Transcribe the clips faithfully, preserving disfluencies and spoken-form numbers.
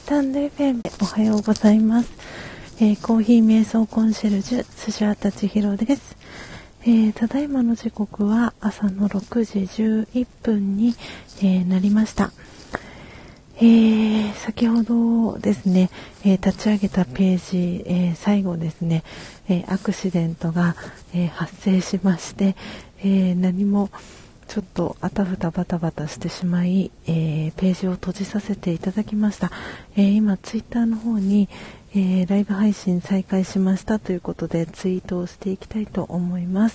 タンド エフエム おはようございます、えー、コーヒー瞑想コンシェルジュスジャータ千尋です、えー、ただいまの時刻は朝のろくじじゅういっぷんに、えー、なりました。えー、先ほどですね、えー、立ち上げたページ、えー、最後ですね、えー、アクシデントが、えー、発生しまして、えー、何もちょっとあたふたバタバタしてしまい、えー、ページを閉じさせていただきました。えー、今ツイッターの方に、えー、ライブ配信再開しましたということでツイートをしていきたいと思います。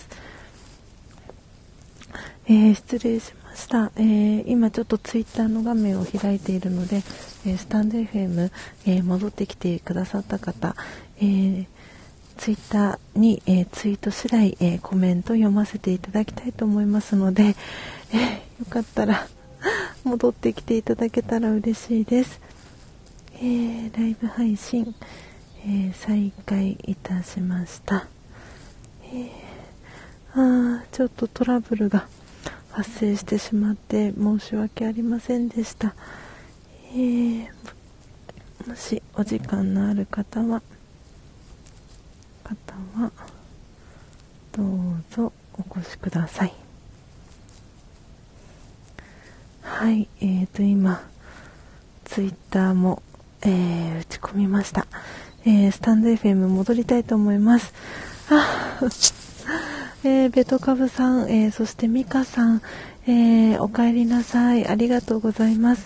えー、失礼しました、えー、今ちょっとツイッターの画面を開いているので、えー、スタンド エフエム、えー、戻ってきてくださった方、えー、ツイッターに、えー、ツイート次第、えー、コメント読ませていただきたいと思いますので、えー、よかったら戻ってきていただけたら嬉しいです。えー、ライブ配信、えー、再開いたしました。えー、あーちょっとトラブルが発生してしまって申し訳ありませんでした。えー、もしお時間のある方は方はどうぞお越しください。はい、えーと今ツイッターも、えー、打ち込みました。えー、スタンド エフエム 戻りたいと思います。あえー、ベトカブさん、えー、そしてミカさん、えー、お帰りなさい。ありがとうございます。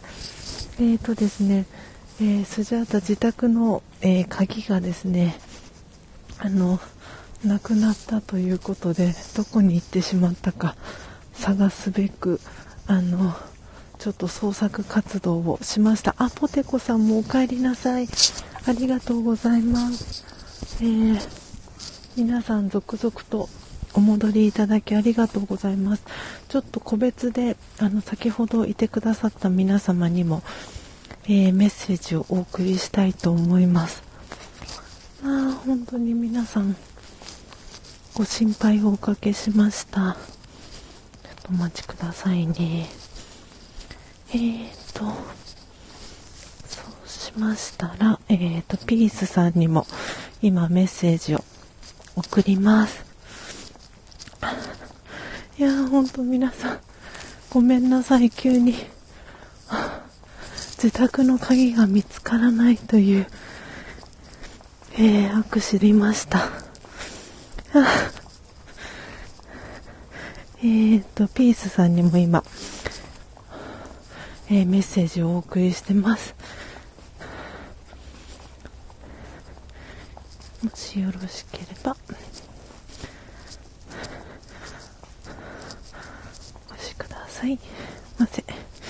えーとですね、えー、スジャータ自宅の、えー、鍵がですね、あの、なくなったということで、どこに行ってしまったか探すべく、あの、ちょっと捜索活動をしました。あ、ポテコさんもお帰りなさい。ありがとうございます。えー、皆さん続々とお戻りいただきありがとうございます。ちょっと個別であの先ほどいてくださった皆様にも、えー、メッセージをお送りしたいと思います。あー本当に皆さんご心配をおかけしました。ちょっとお待ちくださいね。えーとそうしましたら、えーとピースさんにも今メッセージを送ります。いやー本当皆さんごめんなさい。急に自宅の鍵が見つからないという、えー、悪事りました。えーとピースさんにも今、えー、メッセージをお送りしてます。もしよろしければお越しくださいませ。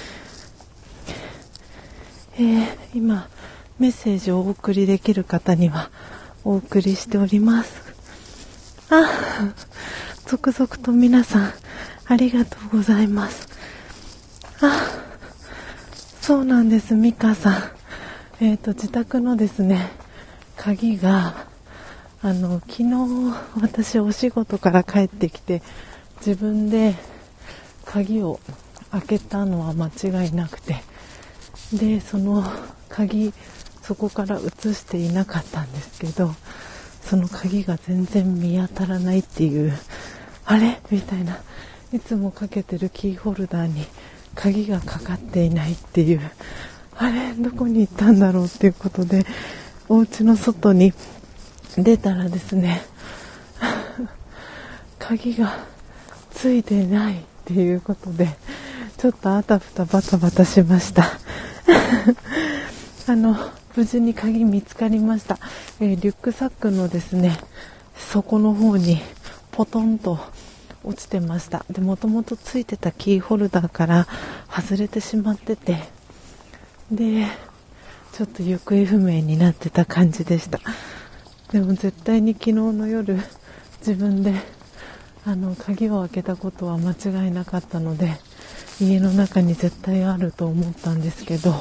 えー、今メッセージをお送りできる方にはお送りしております。あ、続々と皆さんありがとうございます。あ、そうなんです。ミカさん、えーと自宅のですね鍵があの昨日私お仕事から帰ってきて自分で鍵を開けたのは間違いなくて、でその鍵そこから移していなかったんですけど、その鍵が全然見当たらないっていう、あれみたいな、いつもかけてるキーホルダーに鍵がかかっていないっていう、あれどこに行ったんだろうっていうことでお家の外に出たらですね鍵がついてないっていうことでちょっとあたふたバタバタしましたあの無事に鍵見つかりました。えー、リュックサックのですね底の方にポトンと落ちてました。でもともとついてたキーホルダーから外れてしまってて、でちょっと行方不明になってた感じでした。でも絶対に昨日の夜自分であの鍵を開けたことは間違いなかったので、家の中に絶対あると思ったんですけど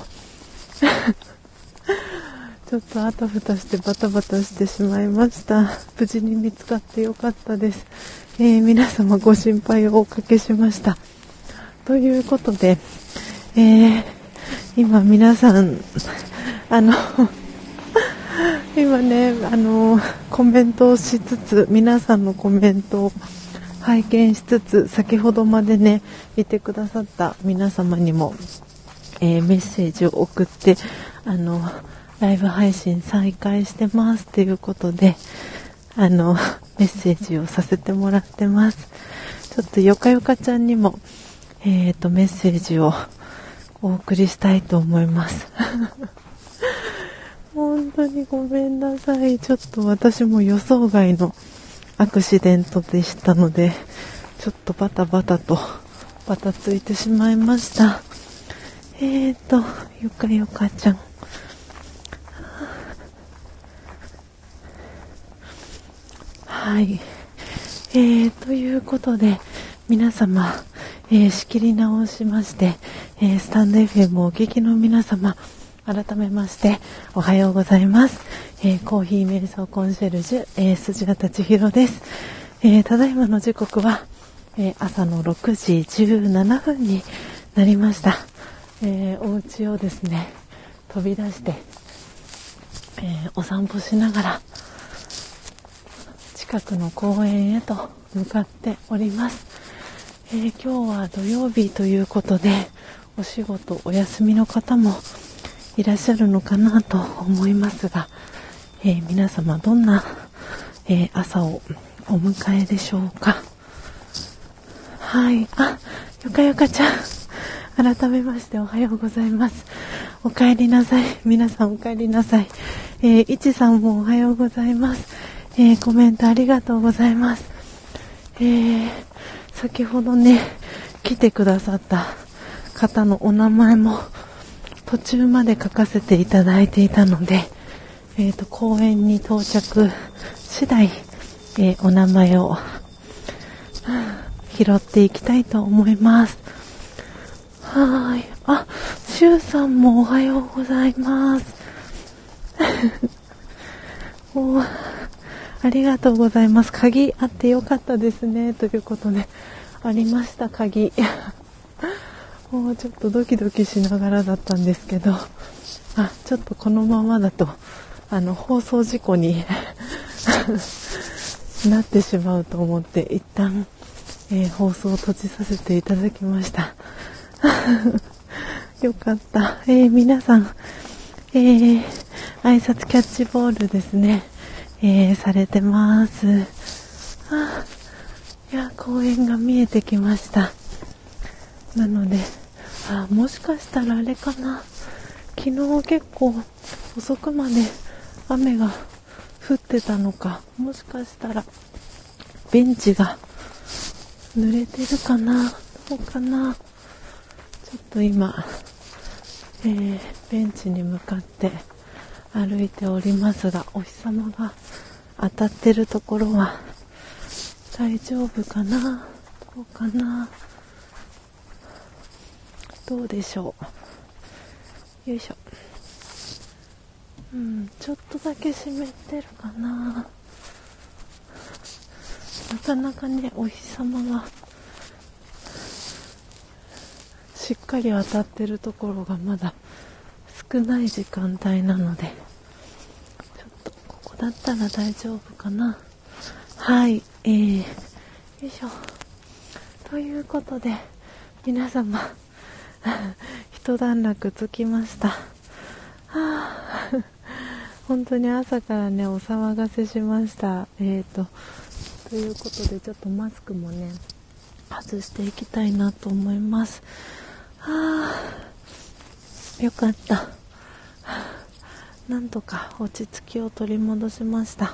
ちょっとあたふたしてバタバタしてしまいました。無事に見つかってよかったです。えー、皆様ご心配をおかけしました。ということで、えー、今皆さんあの今ねあのコメントをしつつ、皆さんのコメントを拝見しつつ、先ほどまでねいてくださった皆様にも、えー、メッセージを送って、あのライブ配信再開してますということで、あのメッセージをさせてもらってます。ちょっとよかよかちゃんにも、えーと、メッセージをお送りしたいと思います本当にごめんなさい。ちょっと私も予想外のアクシデントでしたので、ちょっとバタバタとバタついてしまいました。えーとよかよかちゃん、はい、えー、ということで皆様、えー、仕切り直しまして、えー、スタンド エフエム をお聞きの皆様、改めましておはようございます。えー、コーヒー瞑想コンシェルジュ、えー、辻畑千尋です。えー、ただいまの時刻は、えー、朝のろくじじゅうななふんになりました。えー、お家をですね飛び出して、えー、お散歩しながら近くの公園へと向かっております。えー、今日は土曜日ということで、お仕事お休みの方もいらっしゃるのかなと思いますが、えー、皆様どんな、えー、朝をお迎えでしょうか。はい、あ、よかよかちゃん、改めましておはようございます。お帰りなさい。皆さんお帰りなさい。えー、いちさんもおはようございます。えー、コメントありがとうございます。えー、先ほどね来てくださった方のお名前も途中まで書かせていただいていたので、えーと、公園に到着次第、えー、お名前を拾っていきたいと思います。はーい、あ、しゅうさんもおはようございますお、ありがとうございます。鍵あってよかったですねということで、ありました鍵もうちょっとドキドキしながらだったんですけど、あ、ちょっとこのままだとあの放送事故になってしまうと思って一旦、えー、放送を閉じさせていただきましたよかった、えー、皆さん、えー、挨拶キャッチボールですね、えー、されてます。あ、いや、公園が見えてきました。なので、あ、もしかしたらあれかな、昨日結構遅くまで雨が降ってたのか、もしかしたらベンチが濡れてるかな、どうかな。ちょっと今、えー、ベンチに向かって歩いておりますが、お日様が当たってるところは大丈夫かな、どうかな、どうでしょう。よいしょ。うん、ちょっとだけ湿ってるかな。なかなかね、お日様がしっかり当たってるところがまだ少ない時間帯なので、ちょっとここだったら大丈夫かな。はい、えー、よいしょ。ということで、皆様一段落つきました。はあ本当に朝からねお騒がせしました。えーとということで、ちょっとマスクもね外していきたいなと思います。はあ、よかったなんとか落ち着きを取り戻しました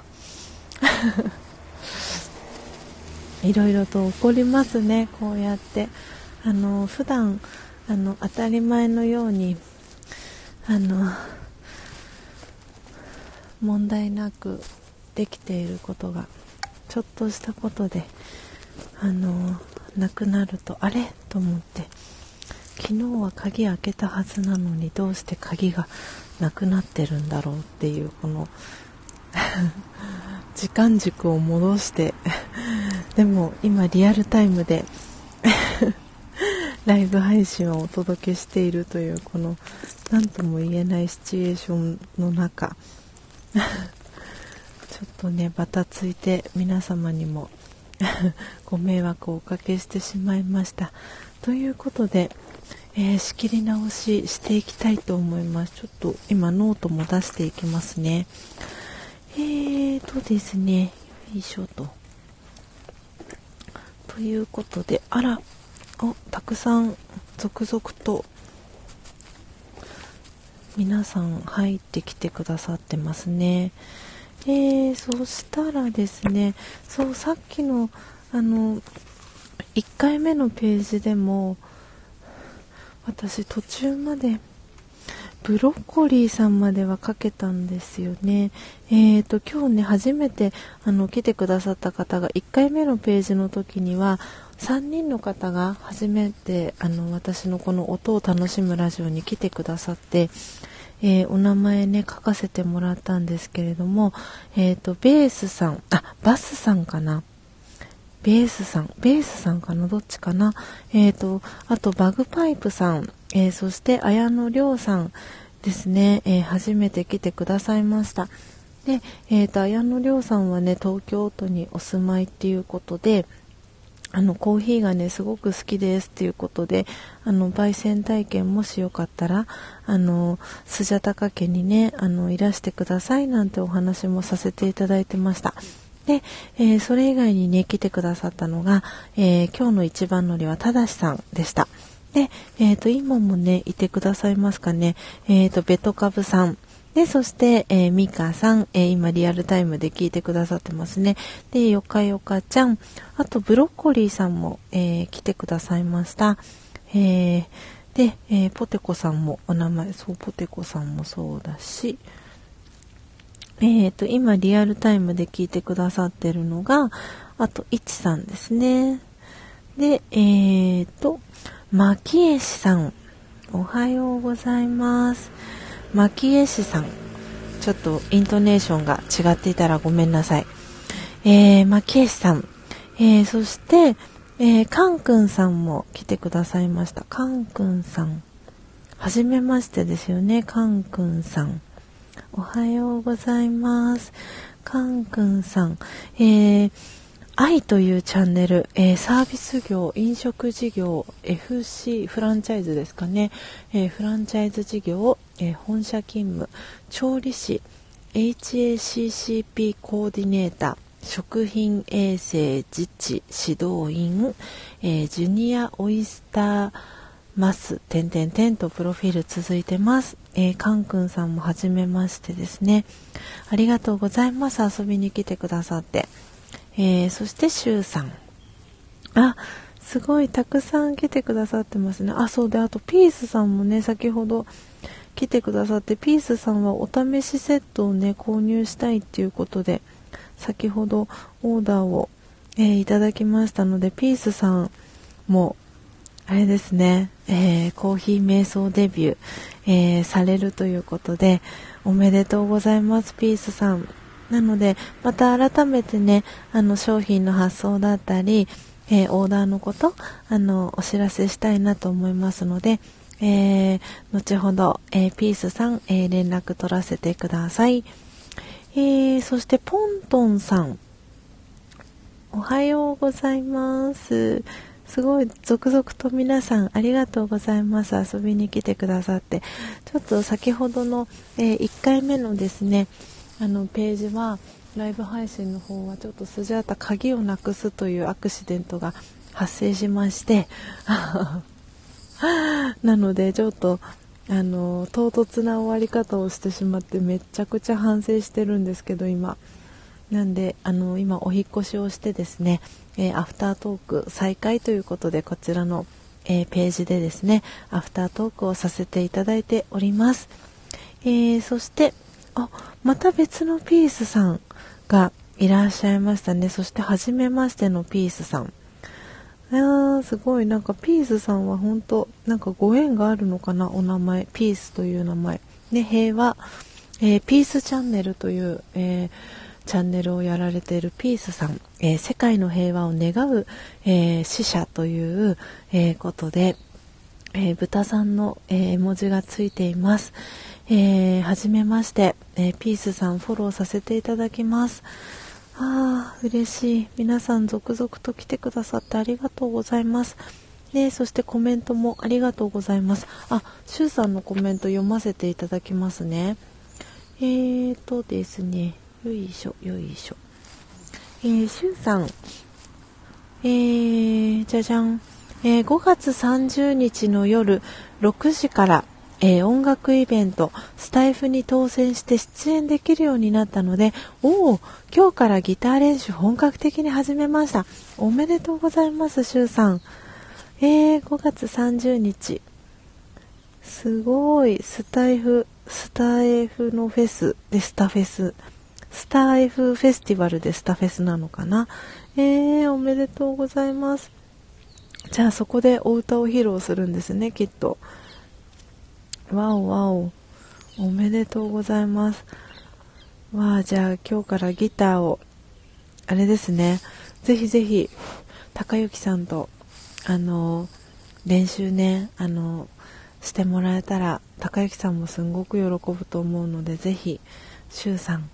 いろいろと起こりますね、こうやって。あの普段あの当たり前のようにあの問題なくできていることがちょっとしたことであのなくなると、あれと思って、昨日は鍵開けたはずなのにどうして鍵がなくなってるんだろうっていう、この時間軸を戻してでも今リアルタイムでライブ配信をお届けしているというこの何とも言えないシチュエーションの中ちょっとねバタついて皆様にもご迷惑をおかけしてしまいました。ということで、えー、仕切り直ししていきたいと思います。ちょっと今ノートも出していきますね。えーとですねよいしょとということで、あらおたくさん続々と皆さん入ってきてくださってますね。えー、そしたらですね、そうさっきのあのいっかいめのページでも私途中までブロッコリーさんまでは書けたんですよね。えーと今日ね初めてあの来てくださった方がいっかいめのページの時にはさんにんの方が初めてあの私のこの音を楽しむラジオに来てくださって、えー、お名前ね書かせてもらったんですけれども、えーとベースさんあバスさんかなベースさんベースさんかなどっちかな、えーとあとバグパイプさん、えー、そして綾野亮さんですね、えー、初めて来てくださいました。で、えーと綾野亮さんはね東京都にお住まいっていうことで、あのコーヒーがねすごく好きですっていうことで、あの焙煎体験もしよかったらあのスジャタカ家にねあのいらしてくださいなんてお話もさせていただいてました。で、えー、それ以外にね来てくださったのが、えー、今日の一番乗りはただしさんでした。で、えー、と今もねいてくださいますかね。えー、とベトカブさんで、そして、えー、ミカさん、えー、今リアルタイムで聞いてくださってますね。で、よかよかちゃん、あとブロッコリーさんも、えー、来てくださいました。えー、で、えー、ポテコさんもお名前、そうポテコさんもそうだし、えーと今リアルタイムで聞いてくださってるのがあといちさんですね。で、えーとマキエシさんおはようございます。マキエシさんちょっとイントネーションが違っていたらごめんなさい。えー、マキエシさん、えー、そして、えー、カンくんさんも来てくださいました。カンくんさんはじめましてですよね。カンくんさんおはようございます。カンくんさん、えー、愛というチャンネル、えー、サービス業、飲食事業、エフシー フランチャイズですかね、えー、フランチャイズ事業、えー、本社勤務、調理師、エイチエーシーシーピー コーディネーター、食品衛生自治指導員、えー、ジュニアオイスターます。点々点とプロフィール続いてます。えー、カンくんさんもはじめましてですね。ありがとうございます。遊びに来てくださって。えー、そしてシュウさん。あ、すごいたくさん来てくださってますね。あ、そうで、あとピースさんもね、先ほど来てくださって、ピースさんはお試しセットをね、購入したいっていうことで、先ほどオーダーを、えー、いただきましたので、ピースさんも、あれですね、えー、コーヒー瞑想デビュー、えー、されるということでおめでとうございます。ピースさんなのでまた改めてねあの商品の発送だったり、えー、オーダーのことあのお知らせしたいなと思いますので、えー、後ほど、えー、ピースさん、えー、連絡取らせてください。えー、そしてポントンさんおはようございます。すごい続々と皆さんありがとうございます。遊びに来てくださって、ちょっと先ほどの、えー、いっかいめのですねあのページはライブ配信の方はちょっとスジャータ鍵をなくすというアクシデントが発生しましてなのでちょっとあの唐突な終わり方をしてしまってめちゃくちゃ反省してるんですけど今なんであの今お引っ越しをしてですね、えー、アフタートーク再開ということでこちらの、えー、ページでですねアフタートークをさせていただいております。えー、そしてあまた別のピースさんがいらっしゃいましたね。そして初めましてのピースさん、あーすごいなんかピースさんは本当なんかご縁があるのかな。お名前ピースという名前ね、平和、えー、ピースチャンネルという、えーチャンネルをやられているピースさん、えー、世界の平和を願う、えー、使者という、えー、ことで、 えー、豚さんの、えー、絵文字がついています。えー、はじめまして、えー、ピースさんフォローさせていただきます。あー嬉しい。皆さん続々と来てくださってありがとうございます。でそしてコメントもありがとうございます。あ、シュウさんのコメント読ませていただきますね。えーとですねよいしょよいしょ、えー、シュウさん、えー、じゃじゃん、えー、ごがつさんじゅうにちの夜ろくじから、えー、音楽イベントスタイフに当選して出演できるようになったので、おー、今日からギター練習本格的に始めました。おめでとうございます、シュウさん。えー、ごがつさんじゅうにち、すごい。スタイフスタイフのフェスでスタフェススタイフフェスティバルでスタフェスなのかな。えー、おめでとうございます。じゃあそこでお歌を披露するんですね、きっと。わおわお、おめでとうございます。わあ、じゃあ今日からギターをあれですね、ぜひぜひ高幸さんとあの練習ね、あのしてもらえたら高幸さんもすんごく喜ぶと思うので、ぜひシュウさん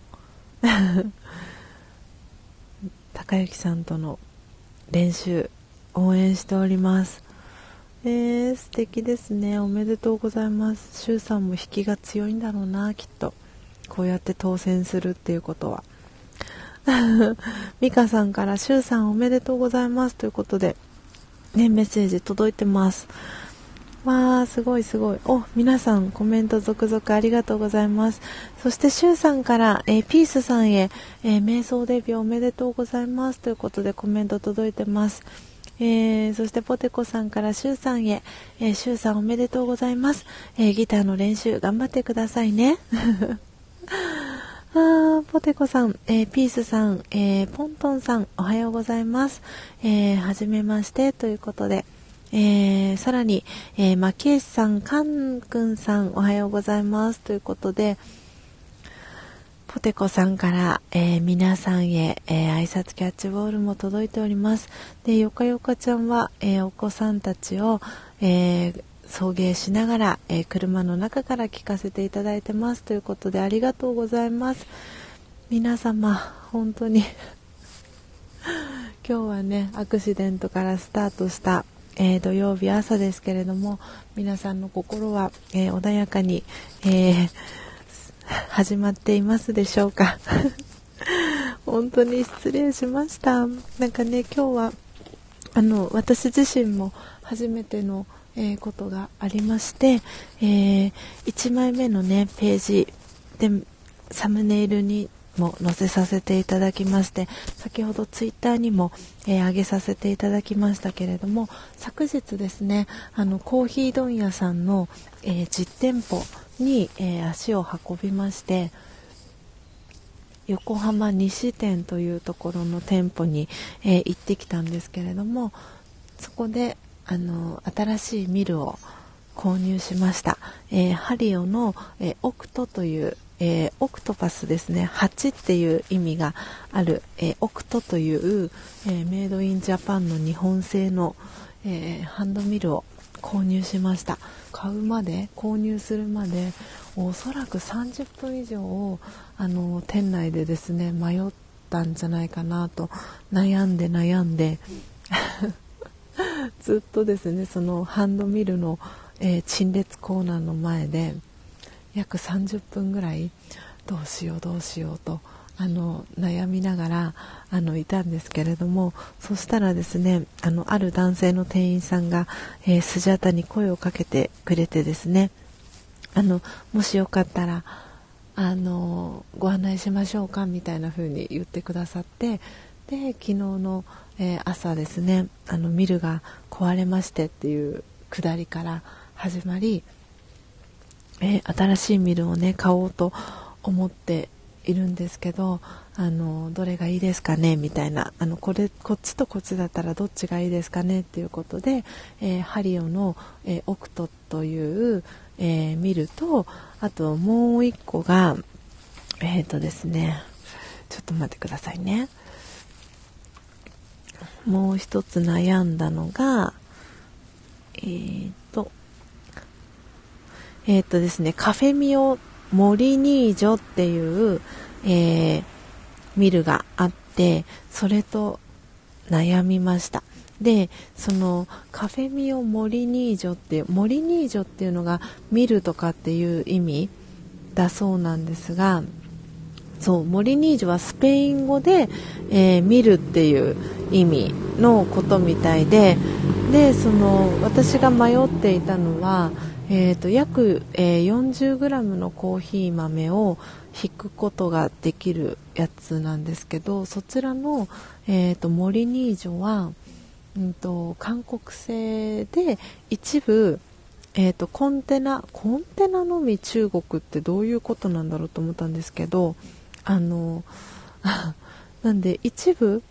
高幸さんとの練習応援しております。えー、素敵ですね。おめでとうございます。シュウさんも引きが強いんだろうな、きっと。こうやって当選するっていうことはミカさんからシュウさんおめでとうございますということで、ね、メッセージ届いてます。わー、すごいすごい。お、皆さんコメント続々ありがとうございます。そしてシュウさんから、えー、ピースさんへ、えー、瞑想デビューおめでとうございますということでコメント届いてます。えー、そしてポテコさんからシュウさんへ、えー、シュウさんおめでとうございます。えー、ギターの練習頑張ってくださいね。あー、ポテコさん、えー、ピースさん、えー、ポントンさんおはようございます。えー、はじめましてということで、えー、さらに、えー、マキエシさん、カンくんさんおはようございますということで、ポテコさんから、えー、皆さんへ、えー、挨拶キャッチボールも届いております。で、よかよかちゃんは、えー、お子さんたちを、えー、送迎しながら、えー、車の中から聞かせていただいてますということで、ありがとうございます。皆様本当に今日はね、アクシデントからスタートした、えー、土曜日朝ですけれども、皆さんの心は、えー、穏やかに、えー、始まっていますでしょうか本当に失礼しました。なんかね、今日はあの私自身も初めての、えー、ことがありまして、えー、いちまいめのねページでサムネイルにも載せさせていただきまして、先ほどツイッターにも、えー、上げさせていただきましたけれども、昨日ですね、あのコーヒー問屋さんの、えー、実店舗に、えー、足を運びまして、横浜西店というところの店舗に、えー、行ってきたんですけれども、そこであの新しいミルを購入しました。えー、ハリオの、えー、オクトという、えー、オクトパスですね、はちっていう意味がある、えー、オクトという、えー、メイドインジャパンの日本製の、えー、ハンドミルを購入しました。買うまで購入するまでおそらくさんじゅっぷん以上あの店内でですね迷ったんじゃないかなと、悩んで悩んでずっとですねそのハンドミルの、えー、陳列コーナーの前で約さんじゅっぷんぐらいどうしようどうしようとあの悩みながらあのいたんですけれども、そしたらですねあのある男性の店員さんが、えー、スジャタに声をかけてくれてですね、あのもしよかったらあのご案内しましょうかみたいな風に言ってくださって、で昨日の、えー、朝ですねあのミルが壊れましてっていうくだりから始まり、えー、新しいミルをね買おうと思っているんですけど、あのどれがいいですかねみたいな、あのこれこっちとこっちだったらどっちがいいですかねっていうことで、えー、ハリオの、えー、オクトという、えー、ミルと、あともう一個がえーとですねちょっと待ってくださいね、もう一つ悩んだのがえーとえっとですね、カフェミオモリニージョっていう、えー、ミルがあって、それと悩みました。で、そのカフェミオモリニージョっていう、モリニージョっていうのがミルとかっていう意味だそうなんですが、そう、モリニージョはスペイン語で、えー、見るっていう意味のことみたいで、で、その私が迷っていたのは、えーと、約、えー、よんじゅうグラム のコーヒー豆を引くことができるやつなんですけど、そちらの、えーと、モリニージョは、うんと、韓国製で一部、えーと、コンテナコンテナのみ中国ってどういうことなんだろうと思ったんですけど、あのなんで一部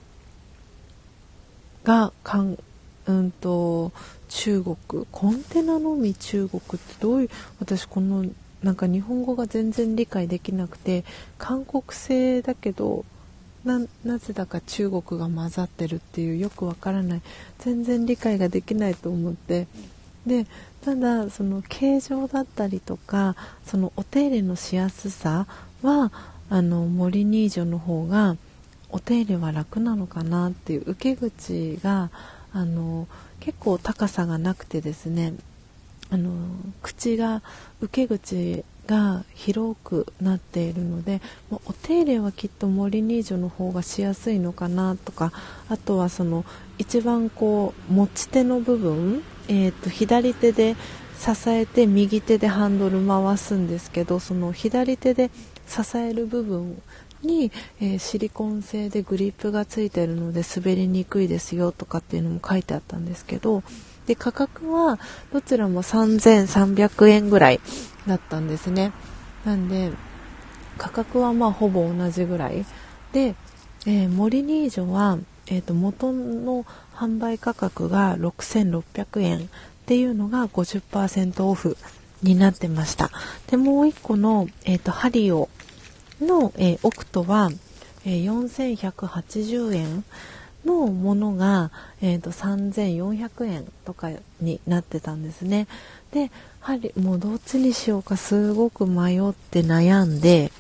がかん、うんと中国、コンテナのみ中国ってどういう、私このなんか日本語が全然理解できなくて、韓国製だけど な, なぜだか中国が混ざってるっていう、よくわからない、全然理解ができないと思って、でただその形状だったりとか、そのお手入れのしやすさはあのモリニージョの方がお手入れは楽なのかなっていう、受け口があの結構高さがなくてですね、あの口が受け口が広くなっているので、もうお手入れはきっとモリニージョの方がしやすいのかなとか、あとはその一番こう持ち手の部分、えーと、左手で支えて右手でハンドル回すんですけど、その左手で支える部分に、えー、シリコン製でグリップがついているので滑りにくいですよとかっていうのも書いてあったんですけど、で価格はどちらもさんぜんさんびゃくえんぐらいだったんですね。なんで価格はまあほぼ同じぐらいで、えー、モリニージョは、えーと、元の販売価格がろくせんろっぴゃくえんっていうのが ごじゅっパーセント オフになってました。でもう一個の、えーと、ハリオの、えー、オクトは、えー、よんせんひゃくはちじゅうえんのものが、えーと、さんぜんよんひゃくえんとかになってたんですね。で、ハリもうどっちにしようかすごく迷って悩んで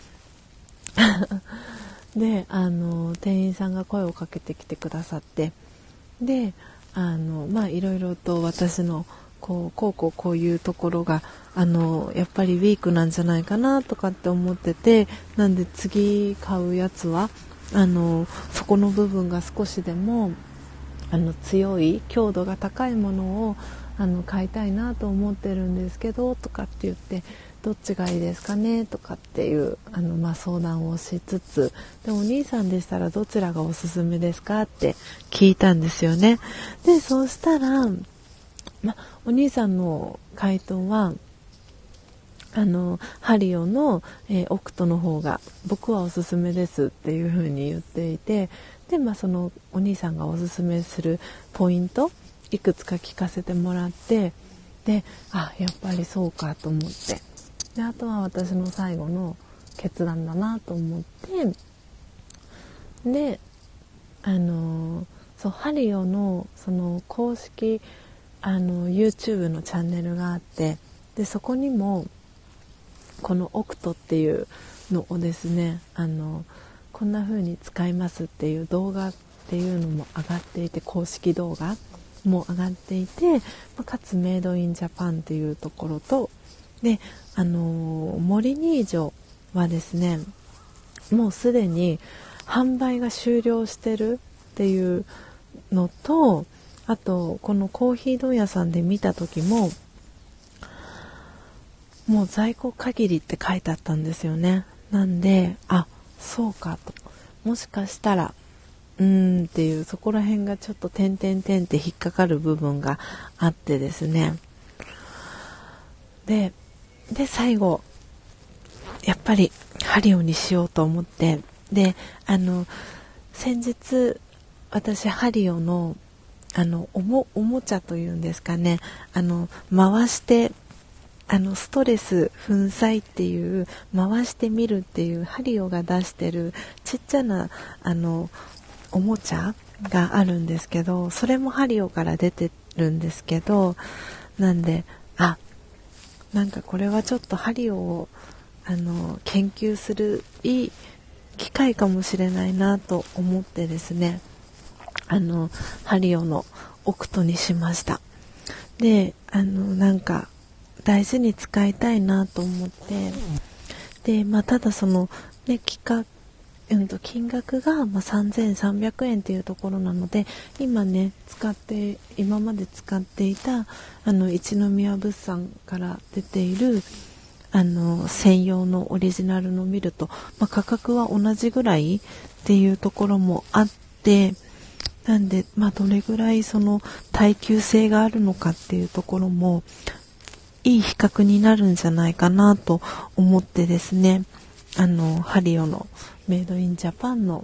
で、あの店員さんが声をかけてきてくださって、で、あのまあいろいろと私のこうこうこうこういうところがあのやっぱりウィークなんじゃないかなとかって思ってて、なんで次買うやつはあのそこの部分が少しでもあの強い強度が高いものをあの買いたいなと思ってるんですけどとかって言って、どっちがいいですかねとかっていうあの、まあ、相談をしつつ、でお兄さんでしたらどちらがおすすめですかって聞いたんですよね。でそうしたら、ま、お兄さんの回答はあのハリオの、えー、オクトの方が僕はおすすめですっていう風に言っていて、で、まあ、そのお兄さんがおすすめするポイントいくつか聞かせてもらって、で、あ、やっぱりそうかと思って、であとは私の最後の決断だなと思って、で、あのそうハリオのその公式あの YouTube のチャンネルがあって、でそこにもこのオクトっていうのをですね、あのこんな風に使いますっていう動画っていうのも上がっていて、公式動画も上がっていて、かつメイドインジャパンっていうところと、で、あのモリニージョはですね、もうすでに販売が終了してるっていうのと、あとこのコーヒー問屋さんで見た時ももう在庫限りって書いてあったんですよね。なんで、あ、そうかと、もしかしたらうーんっていう、そこら辺がちょっと点々点って引っかかる部分があってですね、でで最後やっぱりハリオにしようと思って、であの先日私ハリオのあのおも、おもちゃというんですかね、あの回してあのストレス粉砕っていう回してみるっていうハリオが出してるちっちゃなあのおもちゃがあるんですけど、それもハリオから出てるんですけど、なんであなんかこれはちょっとハリオをあの研究するいい機会かもしれないなと思ってですね、あのハリオのオクトにしました。で、あのなんか大事に使いたいなと思って、で、まあ、ただそのね企画うん、と金額がまあさんぜんさんびゃくえんというところなので、今ね使って今まで使っていたあの一宮物産から出ているあの専用のオリジナルのミルと、まあ、価格は同じぐらいっていうところもあって、なんで、まあ、どれぐらいその耐久性があるのかっていうところもいい比較になるんじゃないかなと思ってですね、あのハリオのメイドインジャパンの、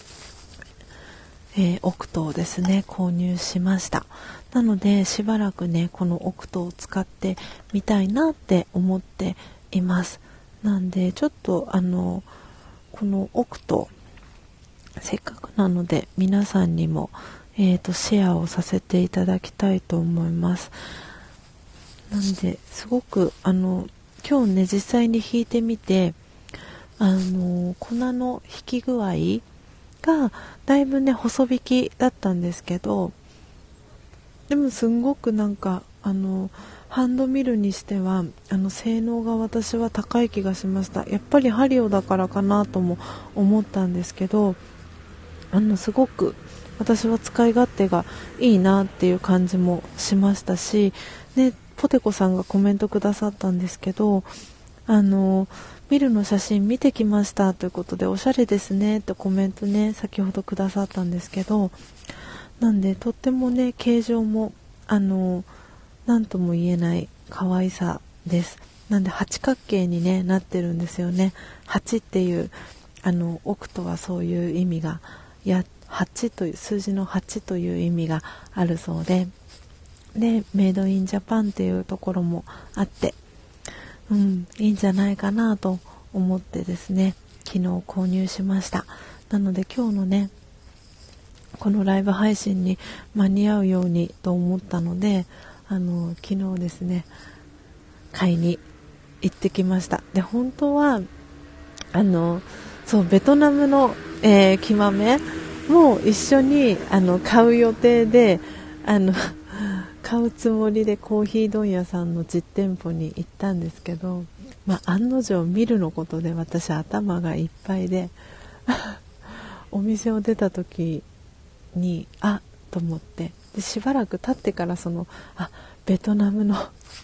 えー、オクトをですね購入しました。なのでしばらくねこのオクトを使ってみたいなって思っています。なんでちょっとあのこのオクトせっかくなので皆さんにも、えーと、シェアをさせていただきたいと思います。なんですごくあの今日ね実際に弾いてみて、あの粉の引き具合がだいぶね細引きだったんですけど、でもすんごくなんかあのハンドミルにしてはあの性能が私は高い気がしました。やっぱりハリオだからかなとも思ったんですけど、あのすごく私は使い勝手がいいなっていう感じもしましたし、ね、ポテコさんがコメントくださったんですけど、あのミルの写真見てきましたということで、おしゃれですねってコメントね先ほどくださったんですけど、なんでとってもね形状もあのなんとも言えない可愛さです。なんで八角形に、ね、なってるんですよね。はちっていうあのオクトはそういう意味がやはちという数字のはちという意味があるそうで、でメイドインジャパンっていうところもあって、うん、いいんじゃないかなと思ってですね昨日購入しました。なので今日のねこのライブ配信に間に合うようにと思ったので、あの昨日ですね買いに行ってきました。で本当はあのそうベトナムの、えー、木豆も一緒にあの買う予定であの買うつもりでコーヒー問屋さんの実店舗に行ったんですけど、まあ、案の定見るのことで私頭がいっぱいでお店を出た時にあっと思って、でしばらく経ってからそのあベトナムの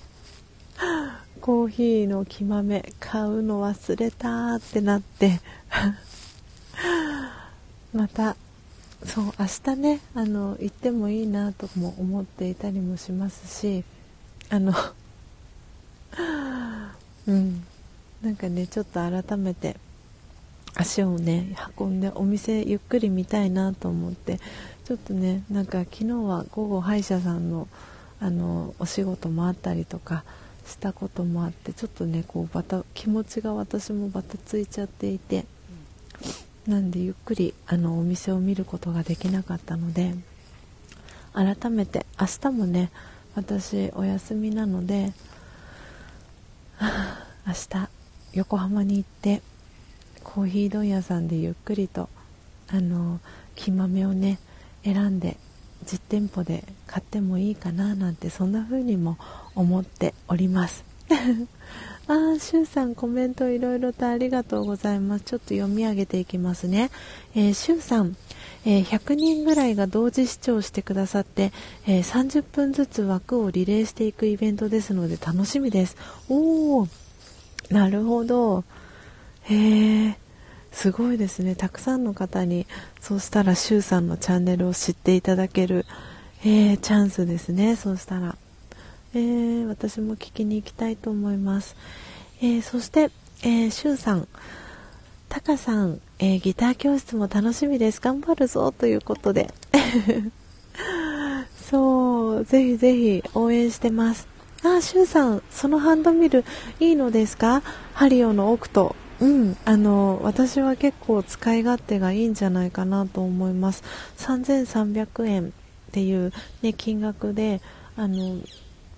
コーヒーの木豆買うの忘れたってなってまたそう明日ねあの行ってもいいなとも思っていたりもしますし、あのうんなんかねちょっと改めて足をね運んでお店ゆっくり見たいなと思って、ちょっとねなんか昨日は午後歯医者さんのあのお仕事もあったりとかしたこともあって、ちょっとねこうバタ気持ちが私もバタついちゃっていて、なんでゆっくりあのお店を見ることができなかったので、改めて明日もね私お休みなので明日横浜に行ってコーヒー問屋さんでゆっくりとあの木豆をね選んで実店舗で買ってもいいかななんて、そんな風にも思っておりますあーしゅうさんコメントいろいろとありがとうございます。ちょっと読み上げていきますね。えー、しゅうさん、えー、ひゃくにんぐらいが同時視聴してくださって、えー、さんじゅっぷんずつ枠をリレーしていくイベントですので楽しみです。おーなるほど、へーすごいですね。たくさんの方にそうしたらしゅうさんのチャンネルを知っていただける、えー、チャンスですね。そうしたらえー、私も聞きに行きたいと思います。えー、そして、えー、しゅうさん、たかさん、えー、ギター教室も楽しみです。頑張るぞということでそうぜひぜひ応援してます。あ、しゅうさん、そのハンドミルいいのですか？ハリオのオクト。うん、あの私は結構使い勝手がいいんじゃないかなと思います。さんぜんさんびゃくえんっていう、ね、金額であの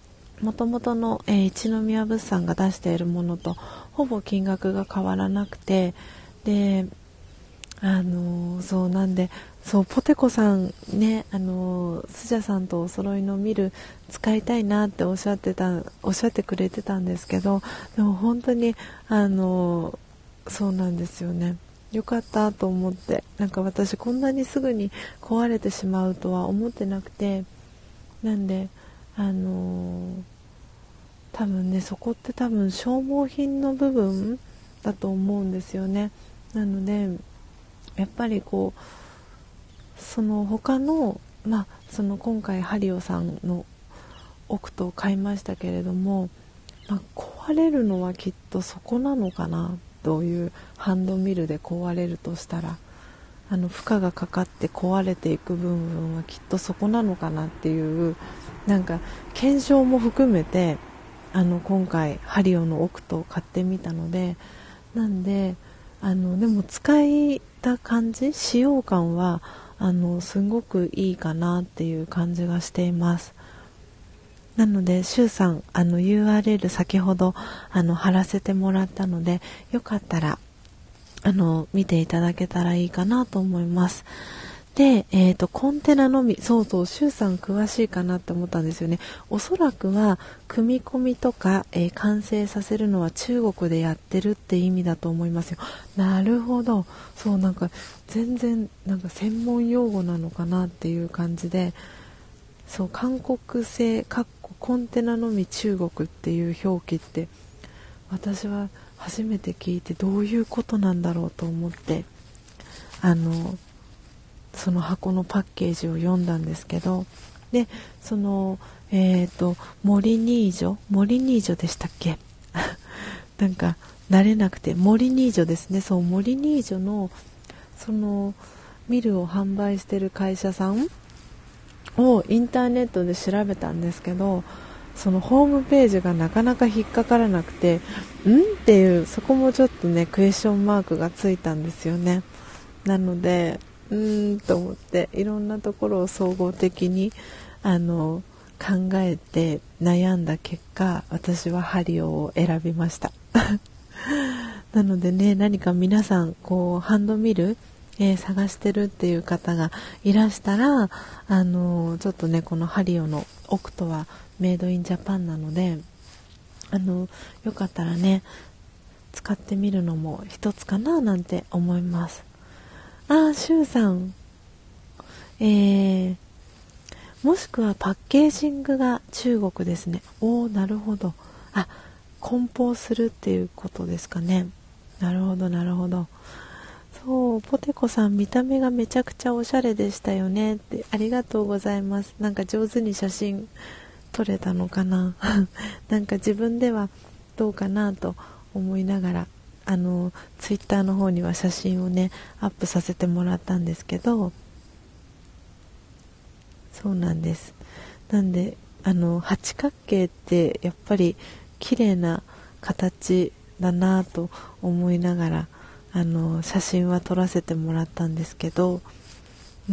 元々の、えー、一宮物産が出しているものとほぼ金額が変わらなくて、であのー、そうなんでそうポテコさんね、あのー、スジャさんとお揃いのミル使いたいなっておっしゃってたおっしゃってくれてたんですけど、でも本当にあのー、そうなんですよね。よかったと思って、なんか私こんなにすぐに壊れてしまうとは思ってなくて、なんであのー、多分ねそこって多分消耗品の部分だと思うんですよね。なのでやっぱりこうその他のまあその今回ハリオさんのオクトを買いましたけれども、まあ、壊れるのはきっとそこなのかなという、ハンドミルで壊れるとしたらあの負荷がかかって壊れていく部分はきっとそこなのかなっていう、なんか検証も含めてあの今回ハリオのオクトを買ってみたので、なんであのでも使いた感じ、使用感はあのすごくいいかなっていう感じがしています。なのでシュウさん、あの ユーアールエル 先ほどあの貼らせてもらったので、よかったらあの見ていただけたらいいかなと思います。で、えーと、コンテナのみ、そうそう、シュウさん詳しいかなって思ったんですよね。おそらくは組み込みとか、えー、完成させるのは中国でやってるって意味だと思いますよ。なるほど。そう、なんか全然なんか専門用語なのかなっていう感じで、そう、韓国製かっこコンテナのみ中国っていう表記って私は初めて聞いて、どういうことなんだろうと思って、あのその箱のパッケージを読んだんですけど、でそのえっ、ー、とモリニージョモリニージョでしたっけなんか慣れなくて、モリニージョですね。そう、モリニージョのそのミルを販売してる会社さんをインターネットで調べたんですけど、そのホームページがなかなか引っかからなくて、んっていう、そこもちょっとねクエスチョンマークがついたんですよね。なのでうーんと思って、いろんなところを総合的にあの考えて悩んだ結果、私はハリオを選びましたなのでね、何か皆さんこうハンドミル、えー、探してるっていう方がいらしたら、あのちょっとねこのハリオのオクトはメイドインジャパンなので、あのよかったらね使ってみるのも一つかななんて思います。あー、シュウさん、えー、もしくはパッケージングが中国ですね。おー、なるほど。あ、梱包するっていうことですかね。なるほどなるほど。そう、ポテコさん見た目がめちゃくちゃおしゃれでしたよねって、ありがとうございます。なんか上手に写真撮れたのかななんか自分ではどうかなと思いながら、あのツイッターの方には写真をねアップさせてもらったんですけど、そうなんです。なんであの八角形ってやっぱり綺麗な形だなと思いながら、あの写真は撮らせてもらったんですけど、うん、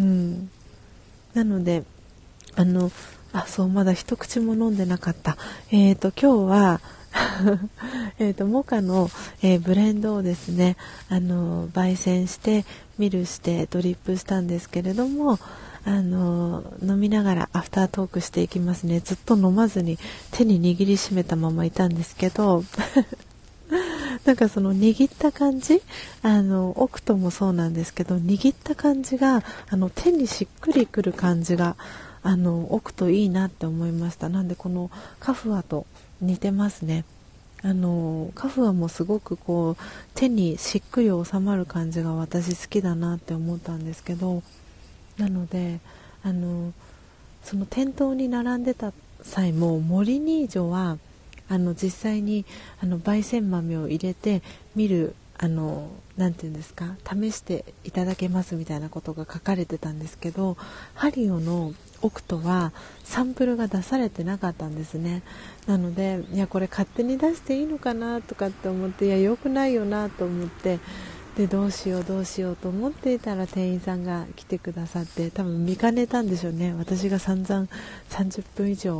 なのであのあそうまだ一口も飲んでなかった。えーと今日はえーとモカの、えー、ブレンドをですね、あの焙煎してミルしてドリップしたんですけれども、あの飲みながらアフタートークしていきますね。ずっと飲まずに手に握りしめたままいたんですけどなんかその握った感じ、あのオクトもそうなんですけど、握った感じがあの手にしっくりくる感じがあのオクトいいなって思いました。なんでこのカフアと似てますね。あのカフアもすごくこう手にしっくり収まる感じが私好きだなって思ったんですけど、なのであのその店頭に並んでた際もモリニージョはあの実際にあの焙煎豆を入れて見る、あのなんていうんですか、試していただけますみたいなことが書かれてたんですけど、ハリオのオクトはサンプルが出されてなかったんですね。なのでいやこれ勝手に出していいのかなとかって思って、いや良くないよなと思って、でどうしようどうしようと思っていたら店員さんが来てくださって、多分見かねたんでしょうね。私が散々さんじゅっぷん以上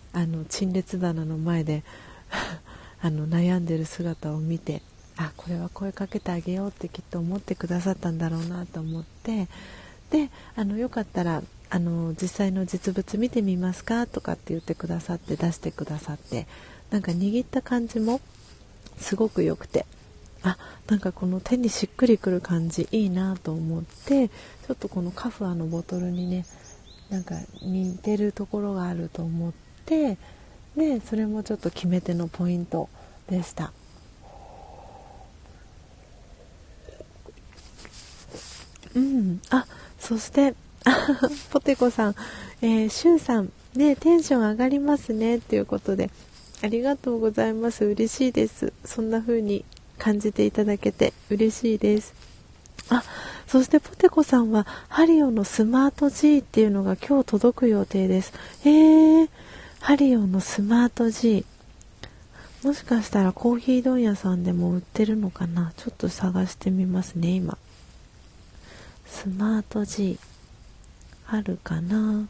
あの陳列棚の前であの悩んでる姿を見て、あ、これは声かけてあげようってきっと思ってくださったんだろうなと思って、であのよかったらあの実際の実物見てみますかとかって言ってくださって、出してくださって、なんか握った感じもすごく良くて、あ、なんかこの手にしっくりくる感じいいなと思って、ちょっとこのカフアのボトルにねなんか似てるところがあると思って、でそれもちょっと決め手のポイントでした。うん、あ、そしてポテコさん、えー、シュウさんね、テンション上がりますねっていうことで、ありがとうございます。嬉しいです。そんな風に感じていただけて嬉しいです。あ、そしてポテコさんはハリオのスマート G っていうのが今日届く予定です。えー、ハリオのスマート G、 もしかしたらコーヒー問屋さんでも売ってるのかな。ちょっと探してみますね。今スマート G あるかな。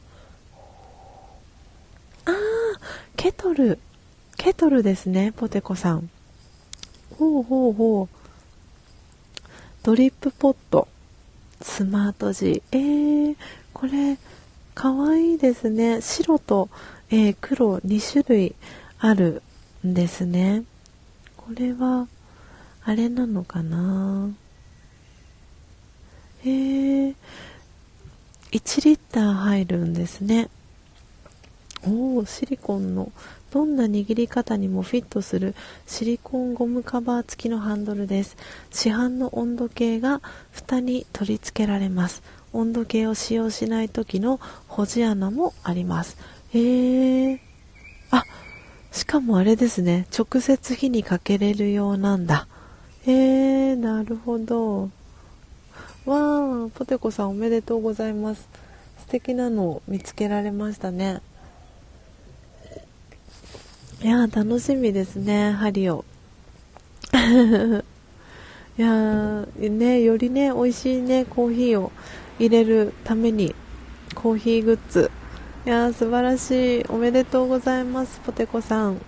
あー、ケトルケトルですね、ポテコさん。ほうほうほう。ドリップポットスマート G、 えー、これかわいいですね。白と、えー、黒に種類あるんですね。これはあれなのかな。えー、いちリッター入るんですね。おー、シリコンのどんな握り方にもフィットするシリコンゴムカバー付きのハンドルです。市販の温度計が蓋に取り付けられます。温度計を使用しない時の保持穴もあります。へー、あ、しかもあれですね、直接火にかけれるようなんだ。へー、なるほど。わー、ポテコさんおめでとうございます。素敵なのを見つけられましたね。いやー、楽しみですね、針を。いやーね、よりね美味しいねコーヒーを入れるためにコーヒーグッズ、いやー素晴らしい。おめでとうございます、ポテコさん。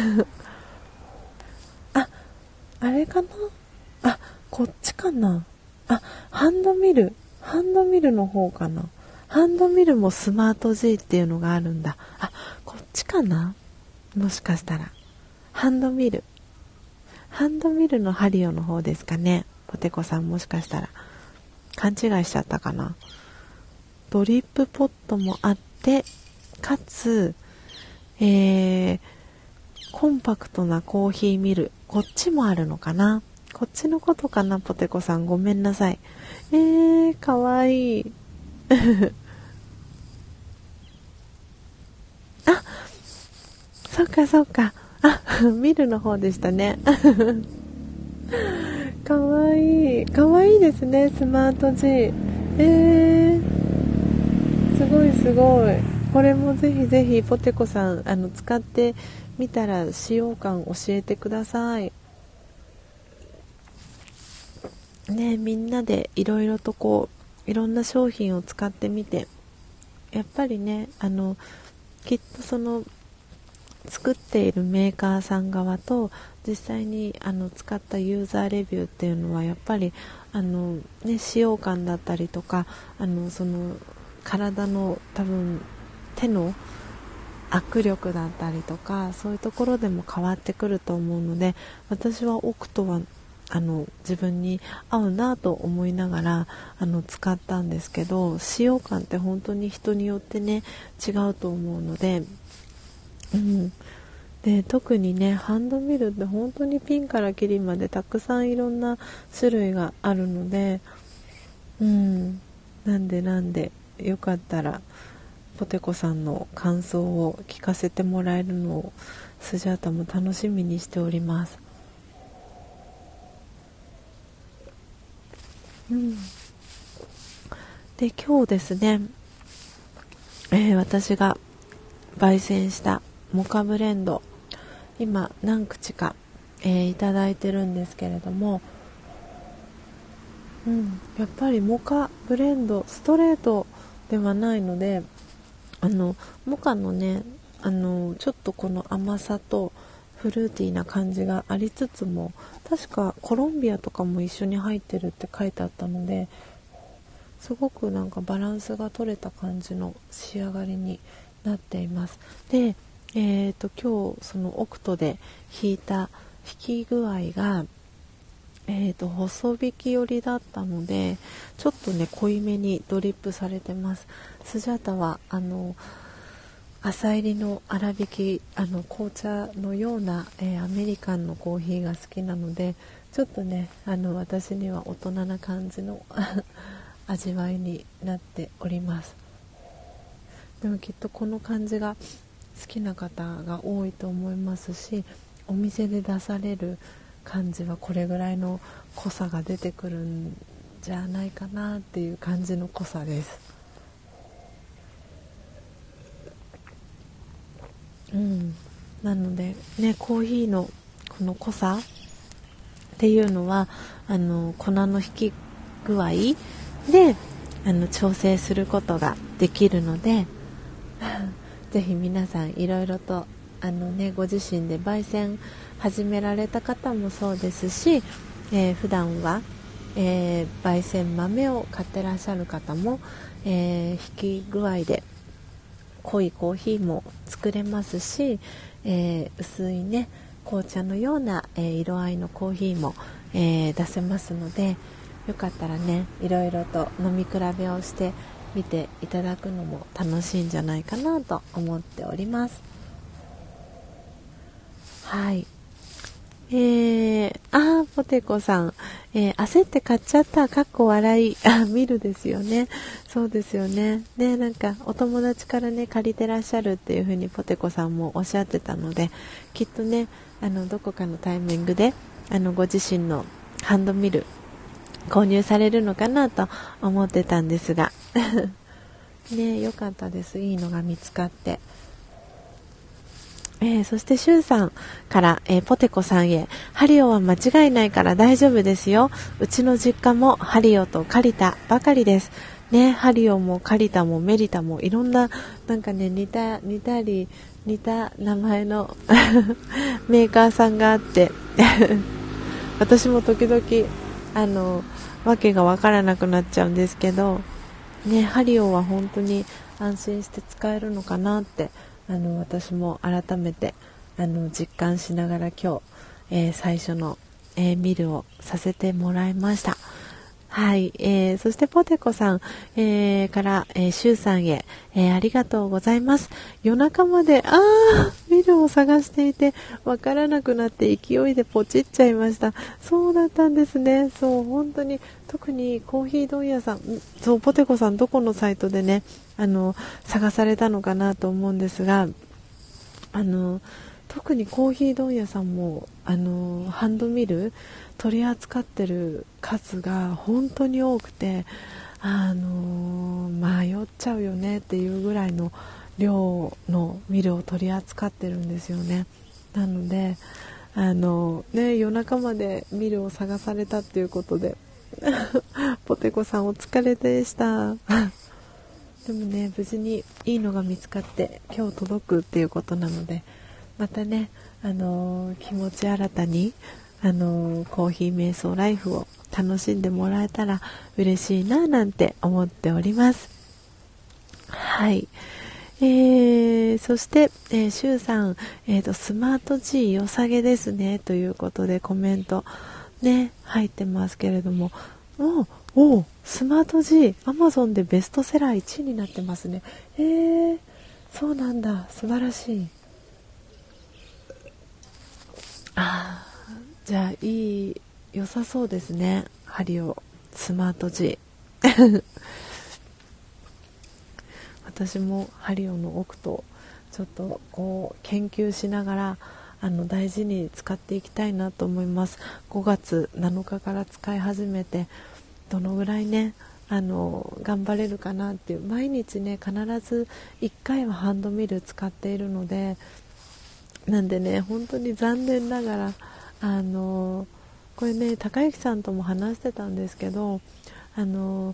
あ、あれかな、あ、こっちかな、あ、ハンドミルハンドミルの方かな。ハンドミルもスマート G っていうのがあるんだ。あ、こっちかな、もしかしたらハンドミルハンドミルのハリオの方ですかね。ポテコさんもしかしたら勘違いしちゃったかな。ドリップポットもあって、かつ、えー、コンパクトなコーヒーミル、こっちもあるのかな。こっちのことかな、ポテコさんごめんなさい。えー、かわいい。あ、そっかそっか。あ、ミルの方でしたね。かわいい。かわいいですね、スマート G。えー、すごいすごい。これもぜひぜひポテコさん、あの、使ってみたら使用感教えてください。ね、みんなでいろいろとこう、いろんな商品を使ってみて、やっぱりね、あの、きっとその、作っているメーカーさん側と実際にあの使ったユーザーレビューっていうのはやっぱりあの、ね、使用感だったりとか、あのその体の多分手の握力だったりとか、そういうところでも変わってくると思うので、私はオクトはあの自分に合うなと思いながらあの使ったんですけど、使用感って本当に人によってね違うと思うので、うん、で特にねハンドミルって本当にピンからキリまでたくさんいろんな種類があるので、うん、なんでなんでよかったらポテコさんの感想を聞かせてもらえるのをスジャータも楽しみにしております。うん、で今日ですね、えー、私が焙煎したモカブレンド、今何口か、えー、いただいてるんですけれども、うん、やっぱりモカブレンドストレートではないので、あのモカのねあのちょっとこの甘さとフルーティーな感じがありつつも、確かコロンビアとかも一緒に入ってるって書いてあったので、すごくなんかバランスが取れた感じの仕上がりになっています。で、えーと今日そのオクトで引いた引き具合が、えーと細引き寄りだったので、ちょっとね濃いめにドリップされてます。スジャータはあの朝入りの粗挽きあの紅茶のような、えー、アメリカンのコーヒーが好きなので、ちょっとねあの私には大人な感じの味わいになっております。でもきっとこの感じが好きな方が多いと思いますし、お店で出される感じはこれぐらいの濃さが出てくるんじゃないかなっていう感じの濃さです。うん、なのでね、コーヒーのこの濃さっていうのはあの粉の引き具合であの調整することができるのでぜひ皆さんいろいろとあの、ね、ご自身で焙煎始められた方もそうですし、えー、普段は、えー、焙煎豆を買ってらっしゃる方も、えー、引き具合で濃いコーヒーも作れますし、えー、薄いね紅茶のような、えー、色合いのコーヒーも、えー、出せますので、よかったらねいろいろと飲み比べをしてみていただくのも楽しいんじゃないかなと思っております。はい。えー、あーポテコさん、えー、焦って買っちゃったかっこ笑いあ見るですよね。そうですよね。ね、なんかお友達からね借りてらっしゃるっていう風にポテコさんもおっしゃってたので、きっとねあのどこかのタイミングであのご自身のハンドミル購入されるのかなと思ってたんですがね、よかったです。いいのが見つかって。えー、そしてシュウさんから、えー、ポテコさんへ、ハリオは間違いないから大丈夫ですよ。うちの実家もハリオとカリタばかりですね。ハリオもカリタもメリタもいろんななんかね似た似たり似た名前のメーカーさんがあって私も時々あのわけがわからなくなっちゃうんですけどね、ハリオは本当に安心して使えるのかなってあの私も改めてあの実感しながら今日、えー、最初の、えー、ミルをさせてもらいました。はい、えー、そしてポテコさん、えー、から、えー、シュウさんへ、えー、ありがとうございます。夜中まであーミルを探していてわからなくなって勢いでポチっちゃいました。そうだったんですね。そう本当に特にコーヒー問屋さん、そうポテコさんどこのサイトでねあの探されたのかなと思うんですが、あの特にコーヒー問屋さんもあのハンドミル取り扱ってる数が本当に多くて、あの迷っちゃうよねっていうぐらいの量のミルを取り扱ってるんですよね。なのであの、ね、夜中までミルを探されたっていうことでポテコさんお疲れでしたでもね無事にいいのが見つかって今日届くっていうことなので、またね、あのー、気持ち新たに、あのー、コーヒー瞑想ライフを楽しんでもらえたら嬉しいななんて思っております。はい、えー、そして、えー、シュウさん、えーと、スマート G 良さげですねということでコメントね入ってますけれども、おおスマート G アマゾンでベストセラーいちいになってますね。えー、そうなんだ、素晴らしい。あー、じゃあいい良さそうですね。ハリオスマート G 私もハリオの奥とちょっとこう研究しながらあの大事に使っていきたいなと思います。ごがつなのかから使い始めてどのぐらいねあの頑張れるかなっていう、毎日ね必ずいっかいはハンドミル使っているので、なんでね本当に残念ながらあのこれね高之さんとも話してたんですけど、あの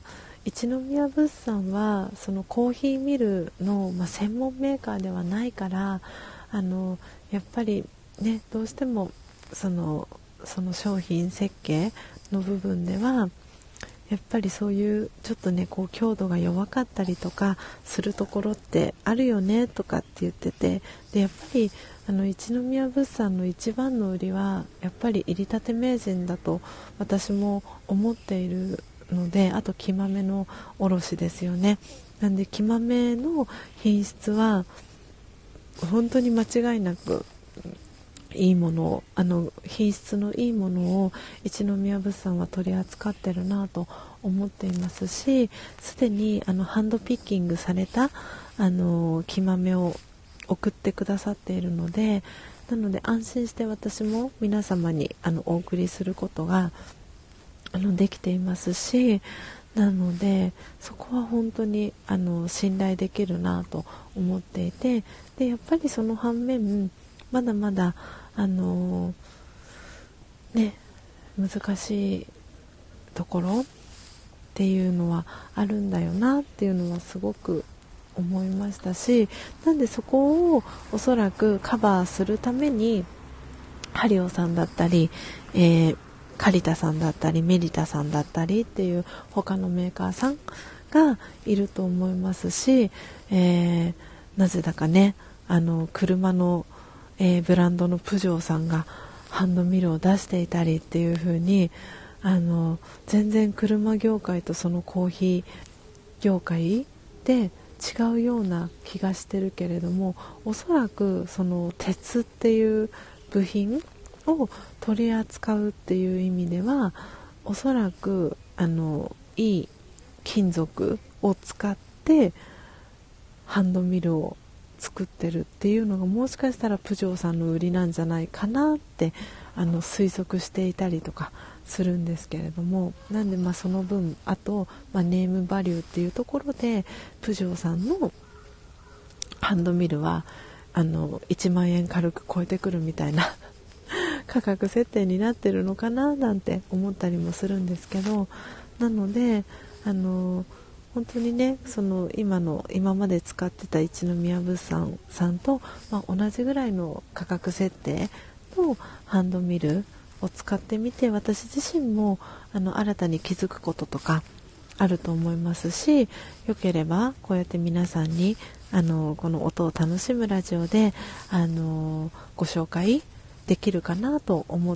一宮物産はそのコーヒーミルの、まあ、専門メーカーではないから、あのやっぱりね、どうしてもそのその商品設計の部分ではやっぱりそういうちょっとねこう強度が弱かったりとかするところってあるよねとかって言ってて、でやっぱりあの一宮物産の一番の売りはやっぱり入りたて名人だと私も思っているので、あと木豆の卸ですよね。なんで木豆の品質は本当に間違いなくいいものを、あの品質のいいものを一宮物産は取り扱ってるなと思っていますし、すでにあのハンドピッキングされたあの木豆を送ってくださっているので、なので安心して私も皆様にあのお送りすることがあのできていますし、なのでそこは本当にあの信頼できるなと思っていて、でやっぱりその反面まだまだあのね難しいところっていうのはあるんだよなっていうのはすごく思いましたし、なんでそこをおそらくカバーするためにハリオさんだったり、えー、カリタさんだったりメリタさんだったりっていう他のメーカーさんがいると思いますし、えー、なぜだかねあの車のえー、ブランドのプジョーさんがハンドミルを出していたりっていう風に、あの全然車業界とそのコーヒー業界で違うような気がしてるけれども、おそらくその鉄っていう部品を取り扱うっていう意味ではおそらくあのいい金属を使ってハンドミルを作ってるっていうのがもしかしたらプジョーさんの売りなんじゃないかなってあの推測していたりとかするんですけれども、なんでまあその分あと、まあ、ネームバリューっていうところでプジョーさんのハンドミルはあのいちまんえん軽く超えてくるみたいな価格設定になってるのかななんて思ったりもするんですけど、なのであの本当にねその今の今まで使ってた一宮物産さんと、まあ、同じぐらいの価格設定のハンドミルを使ってみて、私自身もあの新たに気づくこととかあると思いますし、よければこうやって皆さんにあのこの音を楽しむラジオであのご紹介できるかなと思って、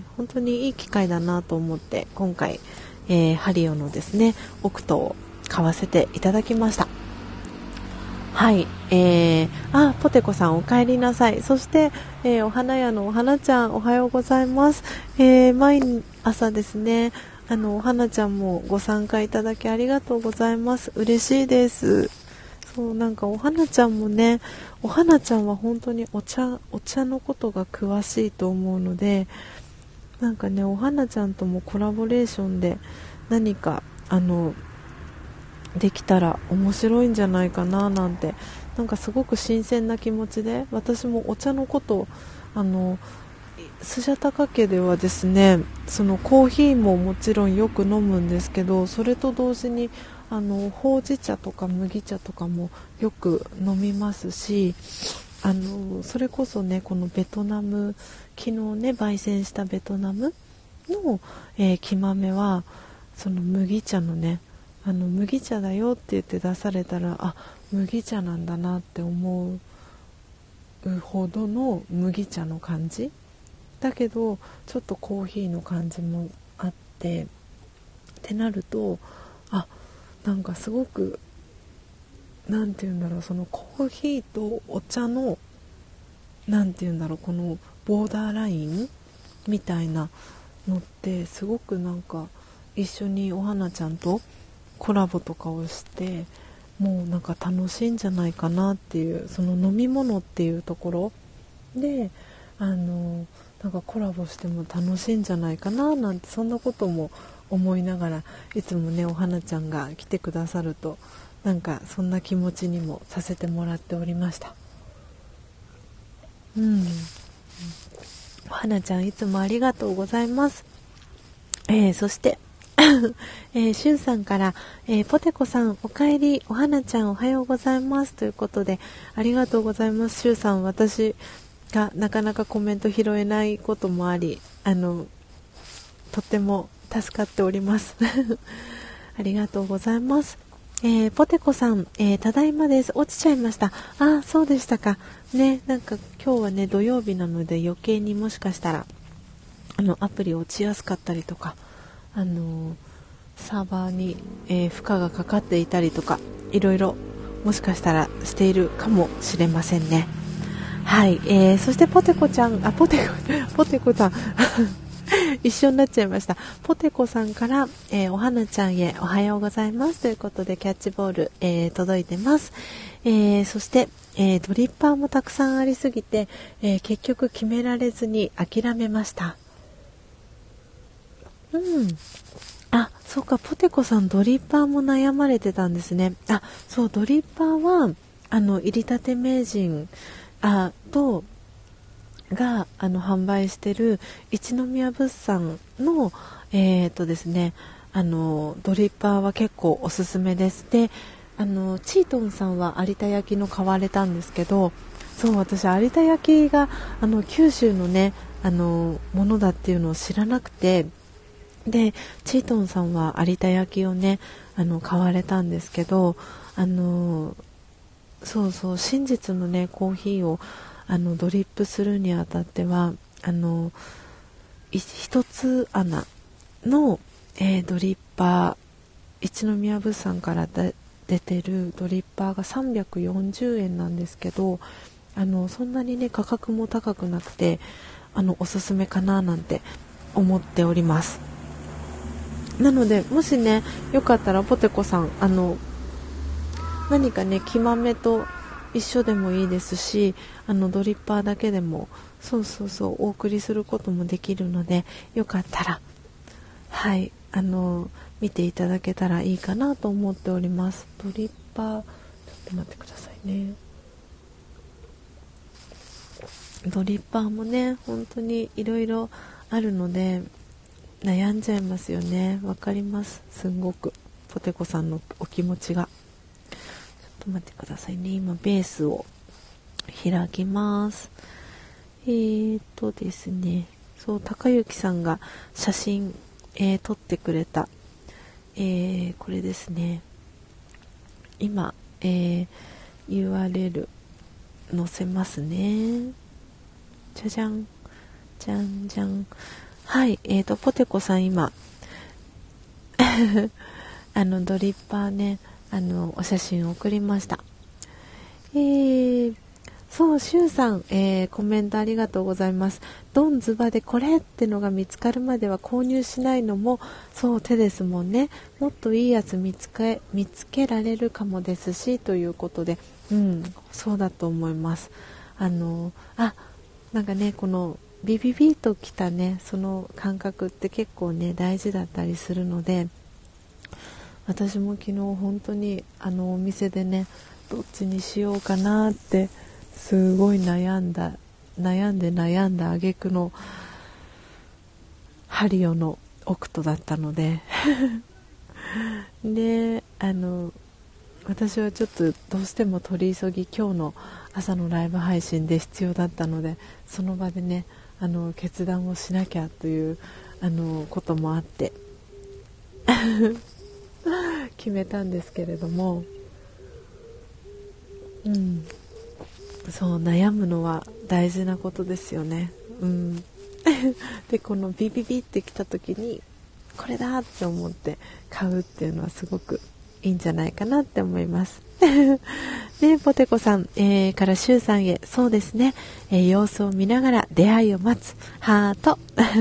本当にいい機会だなと思って今回、えー、ハリオのですねオクトを買わせていただきました。はい、えー、あ、ポテコさんお帰りなさい。そして、えー、お花屋のお花ちゃんおはようございます。えー、毎朝ですねあのお花ちゃんもご参加いただきありがとうございます。嬉しいです。そうなんかお花ちゃんもね、お花ちゃんは本当にお茶お茶のことが詳しいと思うので、なんかねお花ちゃんともコラボレーションで何かあのできたら面白いんじゃないかななんて、なんかすごく新鮮な気持ちで、私もお茶のことあのスジャタカ家ではですねそのコーヒーももちろんよく飲むんですけど、それと同時にあのほうじ茶とか麦茶とかもよく飲みますし、あのそれこそねこのベトナム昨日ね焙煎したベトナムの、えー、木豆はその麦茶のねあの麦茶だよって言って出されたら、あ麦茶なんだなって思うほどの麦茶の感じだけどちょっとコーヒーの感じもあってってなると、あなんかすごくなんていうんだろう、そのコーヒーとお茶のなんていうんだろうこのボーダーラインみたいなのってすごくなんか一緒にお花ちゃんとコラボとかをしてもうなんか楽しいんじゃないかなっていう、その飲み物っていうところであのなんかコラボしても楽しいんじゃないかななんて、そんなことも思いながらいつもねお花ちゃんが来てくださるとなんかそんな気持ちにもさせてもらっておりました。うん、お花ちゃんいつもありがとうございます。えー、そしてえー、しゅんさんから、えー、ポテコさんおかえり、おはなちゃんおはようございますということで、ありがとうございます。しゅんさん、私がなかなかコメント拾えないこともあり、あのとっても助かっておりますありがとうございます。えー、ポテコさん、えー、ただいまです。落ちちゃいました。ああ、そうでしたかね。なんか今日はね土曜日なので余計にもしかしたらあのアプリ落ちやすかったりとか、あのー、サーバーに、えー、負荷がかかっていたりとか、いろいろもしかしたらしているかもしれませんね。はい、えー、そしてポテコちゃん、あ、ポテコ、ポテコさん一緒になっちゃいました。ポテコさんから、えー、おはなちゃんへおはようございますということでキャッチボール、えー、届いてます。えー、そして、えー、ドリッパーもたくさんありすぎて、えー、結局決められずに諦めました。うん。あ、そうか、ポテコさんドリッパーも悩まれてたんですね。あ、そう、ドリッパーはあの入りたて名人あとがあの販売してる一宮物産の、えーとですね、あのドリッパーは結構おすすめです。で、あのチートンさんは有田焼の買われたんですけど、そう私有田焼があの九州のねあのものだっていうのを知らなくて、でチートンさんは有田焼をねあの買われたんですけど、あのそうそう真実のねコーヒーをあのドリップするにあたってはあの一つ穴の、えー、ドリッパー一宮物産から出てるドリッパーがさんびゃくよんじゅうえんなんですけど、あのそんなにね価格も高くなくてあのおすすめかななんて思っております。なのでもしねよかったらポテコさんあの何かね木豆と一緒でもいいですし、あのドリッパーだけでもそうそうそうお送りすることもできるので、よかったらはいあの見ていただけたらいいかなと思っております。ドリッパーちょっと待ってくださいね。ドリッパーもね本当にいろいろあるので悩んじゃいますよね。わかります、すんごくポテコさんのお気持ちが。ちょっと待ってくださいね。今ベースを開きます。えーとですねそう高幸さんが写真、えー、撮ってくれた、えー、これですね。今、えー、ユーアールエル 載せますね。じゃじゃんじゃんじゃん。はい、えーとポテコさん今あのドリッパーねあのお写真を送りました。えー、そうシュウさん、えー、コメントありがとうございます。ドンズバでこれってのが見つかるまでは購入しないのもそう手ですもんね。もっといいやつ見つけ見つけられるかもですしということで、うんそうだと思います。あのあなんかねこのビビビときたねその感覚って結構ね大事だったりするので、私も昨日本当にあのお店でねどっちにしようかなってすごい悩んだ悩んで悩んだ挙句のハリオのオクトだったのでであの私はちょっとどうしても取り急ぎ今日の朝のライブ配信で必要だったので、その場でねあの決断をしなきゃというあのこともあって決めたんですけれども、うん、そう悩むのは大事なことですよね。うん、でこのビビビってきた時にこれだって思って買うっていうのはすごくいいんじゃないかなって思いますね。ポテコさん、えー、からシュウさんへそうですね、えー、様子を見ながら出会いを待つハート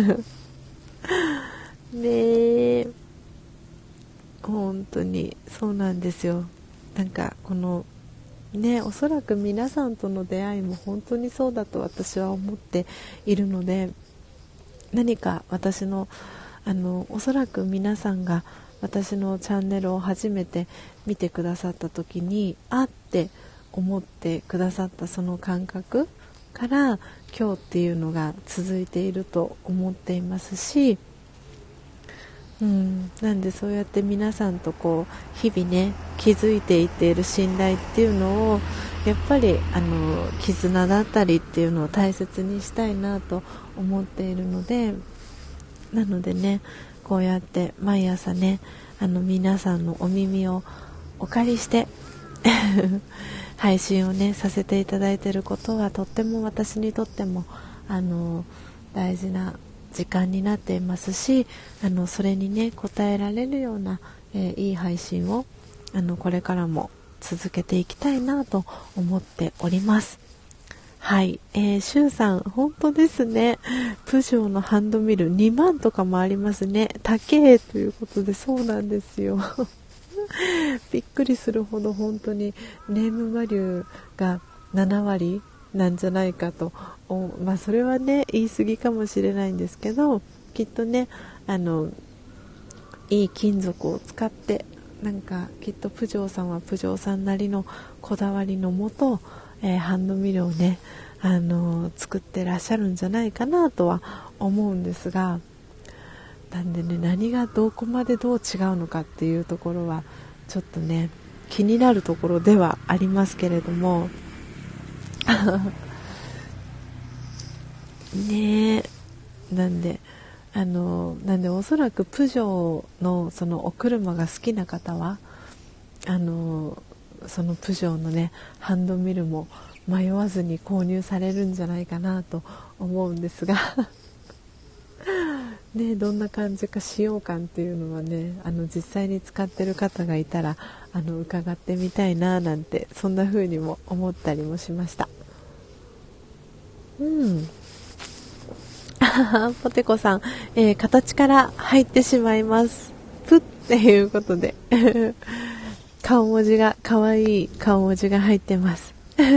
で本当にそうなんですよ。なんかこのねおそらく皆さんとの出会いも本当にそうだと私は思っているので、何か私のあのおそらく皆さんが私のチャンネルを初めて見てくださった時にあって思ってくださったその感覚から今日っていうのが続いていると思っていますし、 うん、なんでそうやって皆さんとこう日々ね築いていっている信頼っていうのをやっぱりあの絆だったりっていうのを大切にしたいなと思っているので、なのでねこうやって毎朝ねあの皆さんのお耳をお借りして配信をねさせていただいていることはとっても私にとってもあの大事な時間になっていますし、あのそれにね応えられるような、えー、いい配信をあのこれからも続けていきたいなと思っております。はい、えー、シュウさん本当ですね。プジョーのハンドミルにまんとかもありますね。高えということで、そうなんですよびっくりするほど本当にネームバリューがななわりなんじゃないかと、まあそれはね言い過ぎかもしれないんですけど、きっとねあのいい金属を使ってなんかきっとプジョーさんはプジョーさんなりのこだわりのもと、えー、ハンドミルをねあの作ってらっしゃるんじゃないかなとは思うんですが、なんでね何がどこまでどう違うのかっていうところはちょっとね気になるところではありますけれどもねえ、なんであのなんでおそらくプジョーのそのお車が好きな方はあのそのプジョーのねハンドミルも迷わずに購入されるんじゃないかなと思うんですがね、どんな感じか使用感っていうのはねあの実際に使ってる方がいたらあの伺ってみたいななんてそんな風にも思ったりもしました。うんポテコさん、えー、形から入ってしまいますプッっていうことで顔文字が可愛い顔文字が入ってます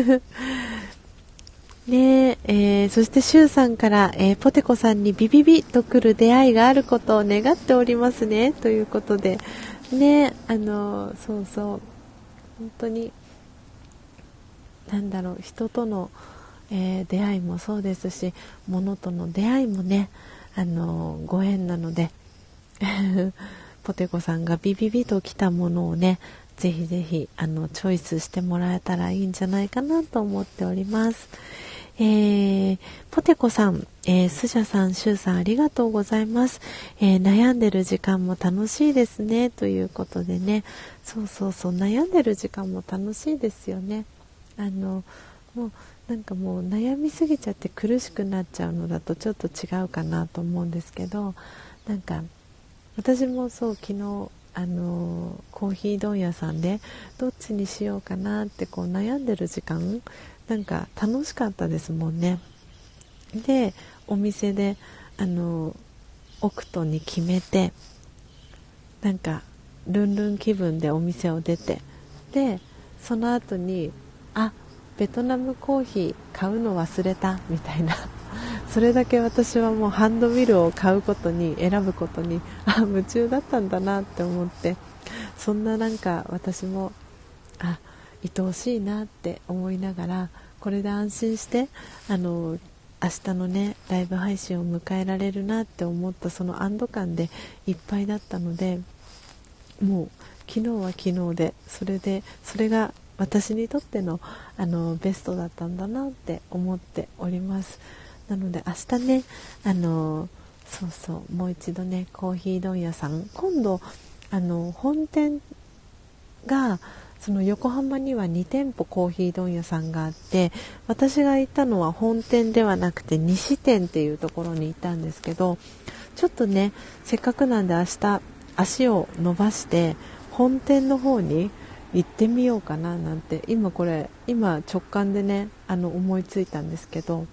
ねえー、そしてシュウさんから、えー、ポテコさんにビビビと来る出会いがあることを願っておりますねということでね、あのー、そうそう本当になんだろう人との、えー、出会いもそうですし物との出会いもね、あのー、ご縁なのでポテコさんがビビビと来たものをねぜひぜひあのチョイスしてもらえたらいいんじゃないかなと思っております。えー、ポテコさん、えー、スジャさん、シュウさんありがとうございます、えー、悩んでる時間も楽しいですねということでね、そうそうそう悩んでる時間も楽しいですよね。あのもうなんかもう悩みすぎちゃって苦しくなっちゃうのだとちょっと違うかなと思うんですけど、なんか私もそう昨日あのコーヒー問屋さんでどっちにしようかなってこう悩んでる時間なんか楽しかったですもんね。でお店であのオクトに決めてなんかルンルン気分でお店を出て、でその後にあベトナムコーヒー買うの忘れたみたいなそれだけ私はもうハンドミルを買うことに選ぶことにあ夢中だったんだなって思って、そんななんか私もあ愛おしいなって思いながらこれで安心してあの明日のねライブ配信を迎えられるなって思ったその安堵感でいっぱいだったので、もう昨日は昨日でそれでそれが私にとってのあのベストだったんだなって思っております。なので明日ねあのそうそうもう一度ねコーヒー問屋さん今度あの本店がその横浜にはに店舗コーヒー問屋さんがあって、私が行ったのは本店ではなくて西店っていうところに行ったんですけど、ちょっとねせっかくなんで明日足を伸ばして本店の方に行ってみようかななんて今これ今直感でねあの思いついたんですけど、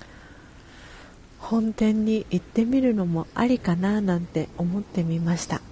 本店に行ってみるのもありかななんて思ってみました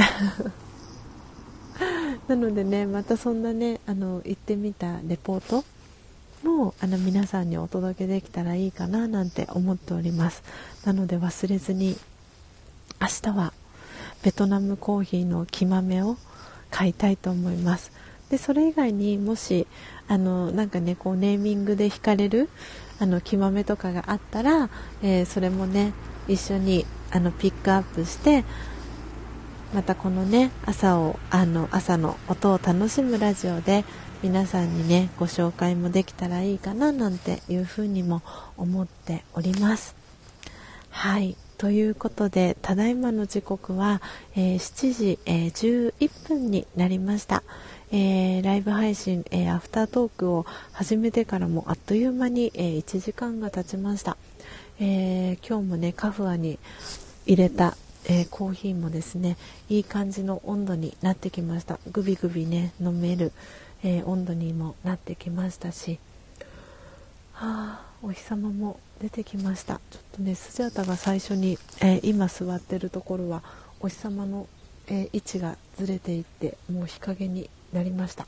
なのでねまたそんなねあの行ってみたレポートもあの皆さんにお届けできたらいいかななんて思っております。なので忘れずに明日はベトナムコーヒーの木豆を買いたいと思います。でそれ以外にもしあのなんかねこうネーミングで惹かれるあの木豆とかがあったら、えー、それもね一緒にあのピックアップしてまたこのね朝をあの朝の音を楽しむラジオで皆さんにねご紹介もできたらいいかななんていうふうにも思っております。はい、ということでただいまの時刻は、えー、しちじ、えー、じゅういっぷんになりました。えー、ライブ配信、えー、アフタートークを始めてからもあっという間に、えー、いちじかんが経ちました。えー、今日もねカフアに入れた、えー、コーヒーもですねいい感じの温度になってきました。グビグビね飲める、えー、温度にもなってきましたし、はあ、お日様も出てきました。ちょっとねスジャータが最初に、えー、今座ってるところはお日様の、えー、位置がずれていってもう日陰になりました。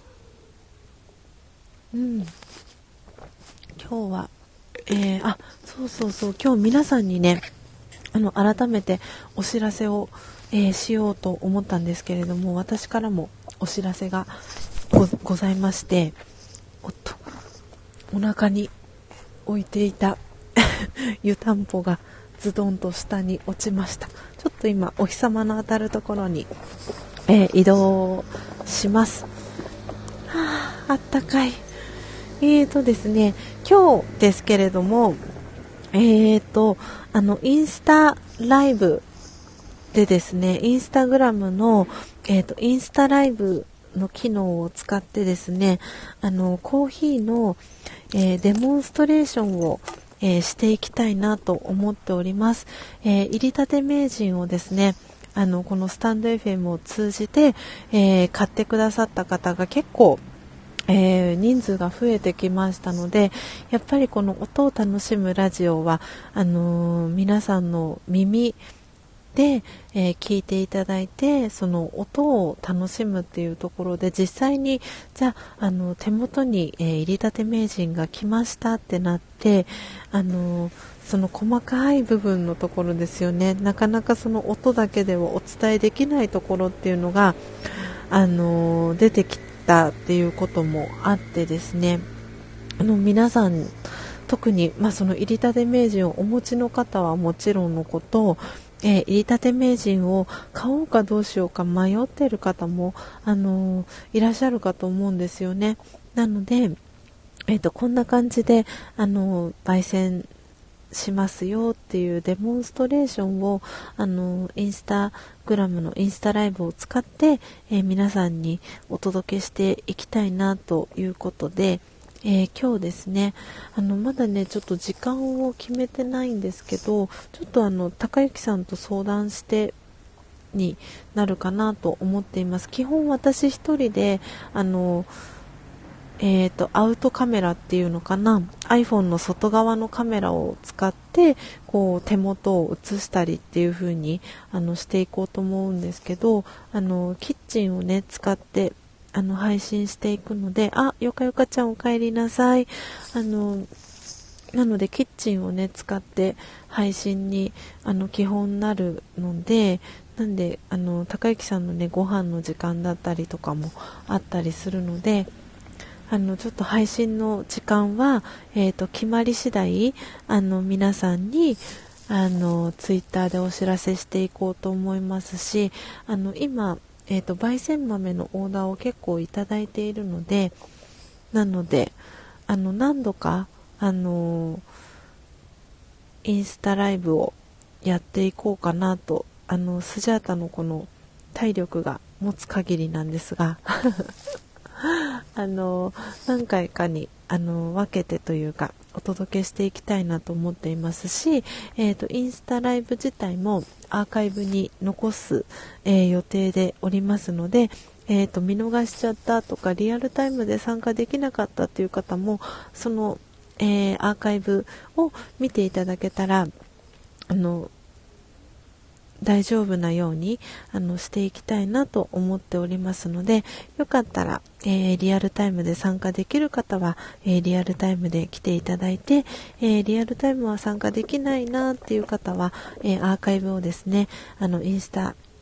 うん今日は、えー、あそうそうそう今日皆さんにねあの改めてお知らせを、えー、しようと思ったんですけれども、私からもお知らせが ご, ございまして、おっとお腹に置いていた湯たんぽがズドンと下に落ちました。ちょっと今お日様の当たるところに、えー、移動します。はあ、あったかい。えーとですね今日ですけれどもえーとあのインスタライブでですねインスタグラムの、えーとインスタライブの機能を使ってですねあのコーヒーの、えー、デモンストレーションを、えー、していきたいなと思っております。えー、入りたて名人をですねあのこのスタンド エフエム を通じて、えー、買ってくださった方が結構えー、人数が増えてきましたので、やっぱりこの音を楽しむラジオはあのー、皆さんの耳で、えー、聞いていただいてその音を楽しむっていうところで実際にじゃあ、あの手元に、えー、入りたて名人が来ましたってなってあのー、その細かい部分のところですよね。なかなかその音だけではお伝えできないところっていうのがあのー、出てきてっていうこともあってですねあの皆さん特に、まあ、その入りたて名人をお持ちの方はもちろんのこと、えー、入りたて名人を買おうかどうしようか迷っている方も、あのー、いらっしゃるかと思うんですよね。なので、えーと、こんな感じで、あのー、焙煎しますよっていうデモンストレーションをあのインスタグラムのインスタライブを使って、えー、皆さんにお届けしていきたいなということで、えー、今日ですねあのまだねちょっと時間を決めてないんですけどちょっとあの高幸さんと相談してになるかなと思っています。基本私一人であのえーと、アウトカメラっていうのかな iPhone の外側のカメラを使ってこう手元を映したりっていう風にあのしていこうと思うんですけどあのキッチンをね使ってあの配信していくのであよかよかちゃんお帰りなさいあのなのでキッチンをね使って配信にあの基本になるのでなんであの高幸さんのねご飯の時間だったりとかもあったりするのであのちょっと配信の時間は、えーと、決まり次第あの皆さんにあのツイッターでお知らせしていこうと思いますしあの今、えーと、焙煎豆のオーダーを結構いただいているのでなのであの何度かあのインスタライブをやっていこうかなとあのスジャータのこの体力が持つ限りなんですがあの何回かにあの分けてというかお届けしていきたいなと思っていますし、えーと、インスタライブ自体もアーカイブに残す、えー、予定でおりますので、えーと、見逃しちゃったとかリアルタイムで参加できなかったっていう方もその、えー、アーカイブを見ていただけたらあの大丈夫なようにあのしていきたいなと思っておりますのでよかったら、えー、リアルタイムで参加できる方は、えー、リアルタイムで来ていただいて、えー、リアルタイムは参加できないなっていう方は、えー、アーカイブをですねあのインスタ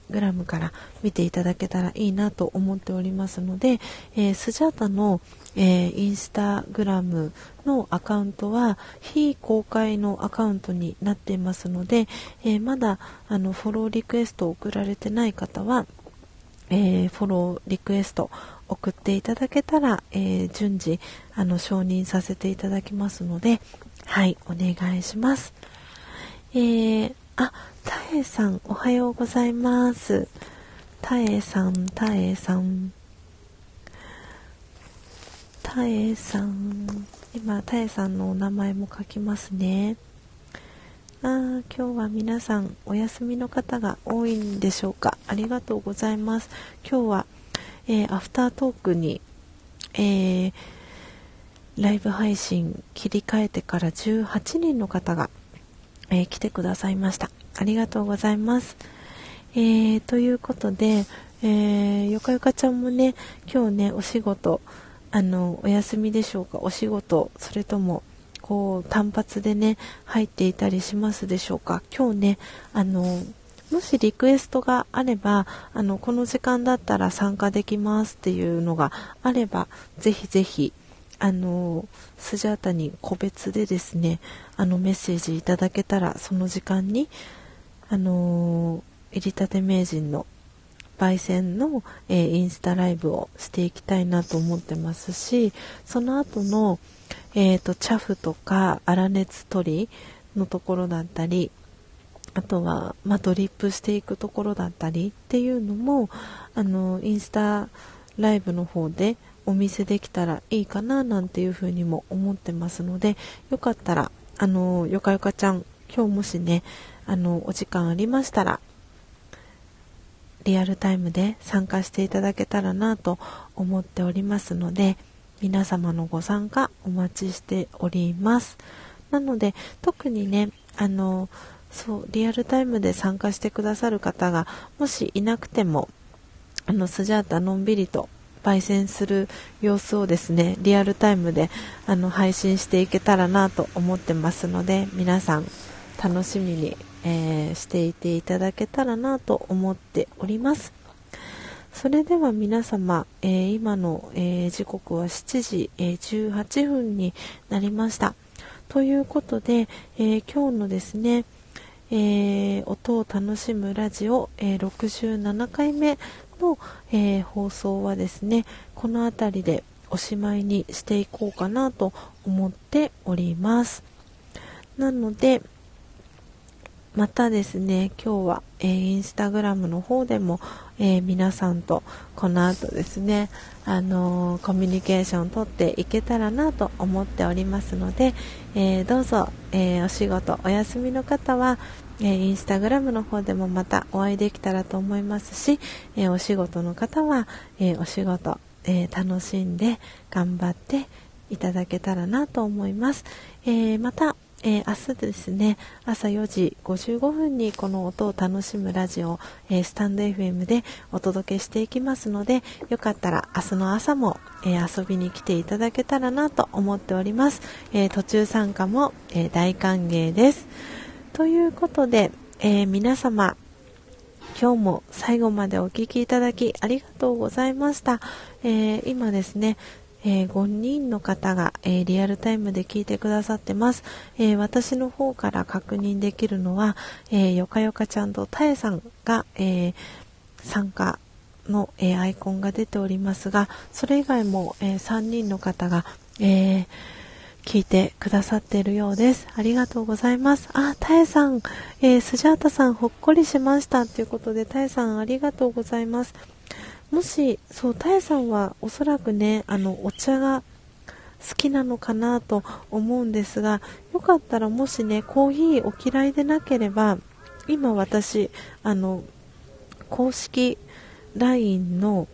グラムから見ていただけたらいいなと思っておりますので、えー、スジャータの、えー、インスタグラムのアカウントは非公開のアカウントになっていますので、えー、まだあのフォローリクエストを送られてない方は、えー、フォローリクエスト送っていただけたら、えー、順次あの承認させていただきますので、はい、お願いします。えー、あ、たえさんおはようございます。たえさん、たえさん、たえさん、今たえさんのお名前も書きますね。あー、今日は皆さんお休みの方が多いんでしょうか。ありがとうございます。今日は、えー、アフタートークに、えー、ライブ配信切り替えてからじゅうはちにんの方が、えー、来てくださいました。ありがとうございます。えー、ということで、えー、よかよかちゃんもね、今日ね、お仕事、あの、お休みでしょうか。お仕事、それとも、こう、単発でね、入っていたりしますでしょうか。今日ね、あの、もしリクエストがあれば、あの、この時間だったら参加できますっていうのがあれば、ぜひぜひ、あのスジャータに個別でですね、あのメッセージいただけたら、その時間にあの入りたて名人の焙煎の、えー、インスタライブをしていきたいなと思ってますし、その後の、えーと、チャフとか粗熱取りのところだったり、あとは、まあ、ドリップしていくところだったりっていうのも、あのインスタライブの方でお見せできたらいいかななんていうふうにも思ってますので、よかったらあのよかよかちゃん、今日もしねあのお時間ありましたらリアルタイムで参加していただけたらなと思っておりますので、皆様のご参加お待ちしております。なので特にねあのそうリアルタイムで参加してくださる方がもしいなくても、あのスジャータのんびりと焙煎する様子をですね、リアルタイムであの配信していけたらなと思ってますので、皆さん楽しみに、えー、していていただけたらなと思っております。それでは皆様、えー、今の、えー、時刻はしちじ、えー、じゅうはっぷんになりました。ということで、えー、今日のですね、えー、音を楽しむラジオ、えー、ろくじゅうななかいめの、えー、放送はですね、この辺りでおしまいにしていこうかなと思っております。なのでまたですね、今日は、えー、インスタグラムの方でも、えー、皆さんとこの後ですね、あのー、コミュニケーションをとっていけたらなと思っておりますので、えー、どうぞ、えー、お仕事お休みの方は、えー、インスタグラムの方でもまたお会いできたらと思いますし、えー、お仕事の方は、えー、お仕事、えー、楽しんで頑張っていただけたらなと思います。えー、またえー、明日ですね、朝よじごじゅうごふんにこの音を楽しむラジオ、えー、スタンド エフエム でお届けしていきますので、よかったら明日の朝も、えー、遊びに来ていただけたらなと思っております。えー、途中参加も、えー、大歓迎です。ということで、えー、皆様今日も最後までお聞きいただきありがとうございました。えー、今ですね、えー、ごにんの方が、えー、リアルタイムで聞いてくださってます。えー、私の方から確認できるのは、えー、よかよかちゃんとたえさんが、えー、参加の、えー、アイコンが出ておりますが、それ以外も、えー、さんにんの方が、えー、聞いてくださっているようです。ありがとうございます。あ、たえさん、えー、スジャータさんほっこりしましたということで、たえさんありがとうございます。もし、そう、たえさんはおそらくね、あの、お茶が好きなのかなと思うんですが、よかったらもしね、コーヒーお嫌いでなければ、今私、あの、公式 ライン の、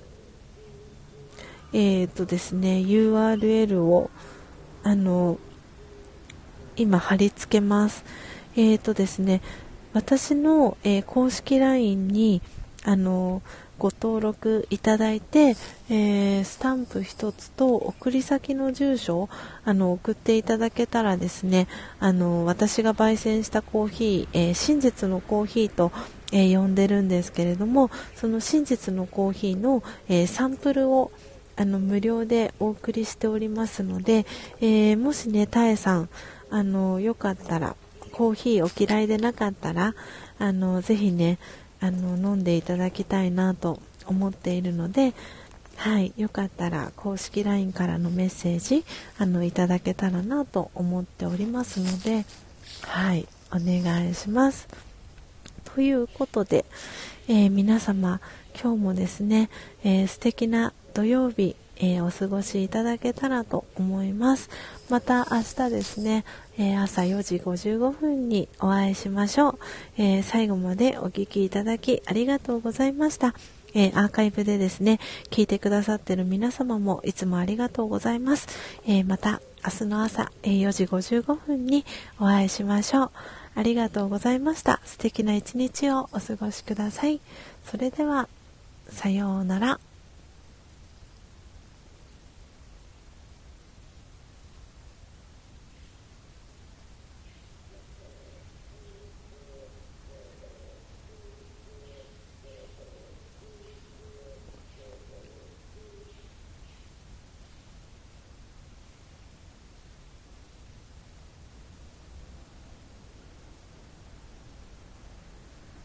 えーとですね、ユーアールエル を、あの、今貼り付けます。えーとですね、私の、えー、公式 ライン に、あの、 ご登録いただいて、えー、スタンプ一つと送り先の住所をあの送っていただけたらですね、あの私が焙煎したコーヒー、えー、真実のコーヒーと、えー、呼んでるんですけれども、その真実のコーヒーの、えー、サンプルをあの無料でお送りしておりますので、えー、もしねタエさんあのよかったら、コーヒーお嫌いでなかったら、あのぜひねあの飲んでいただきたいなと思っているので、はい、よかったら公式 ライン からのメッセージあのいただけたらなと思っておりますので、はい、お願いします。ということで、えー、皆様今日もですね、えー、素敵な土曜日、えー、お過ごしいただけたらと思います。また明日ですね、えー、朝よじごじゅうごふんにお会いしましょう。えー、最後までお聞きいただきありがとうございました。えー、アーカイブでですね聞いてくださっている皆様もいつもありがとうございます。えー、また明日の朝、えー、よじごじゅうごふんにお会いしましょう。ありがとうございました。素敵な一日をお過ごしください。それではさようなら。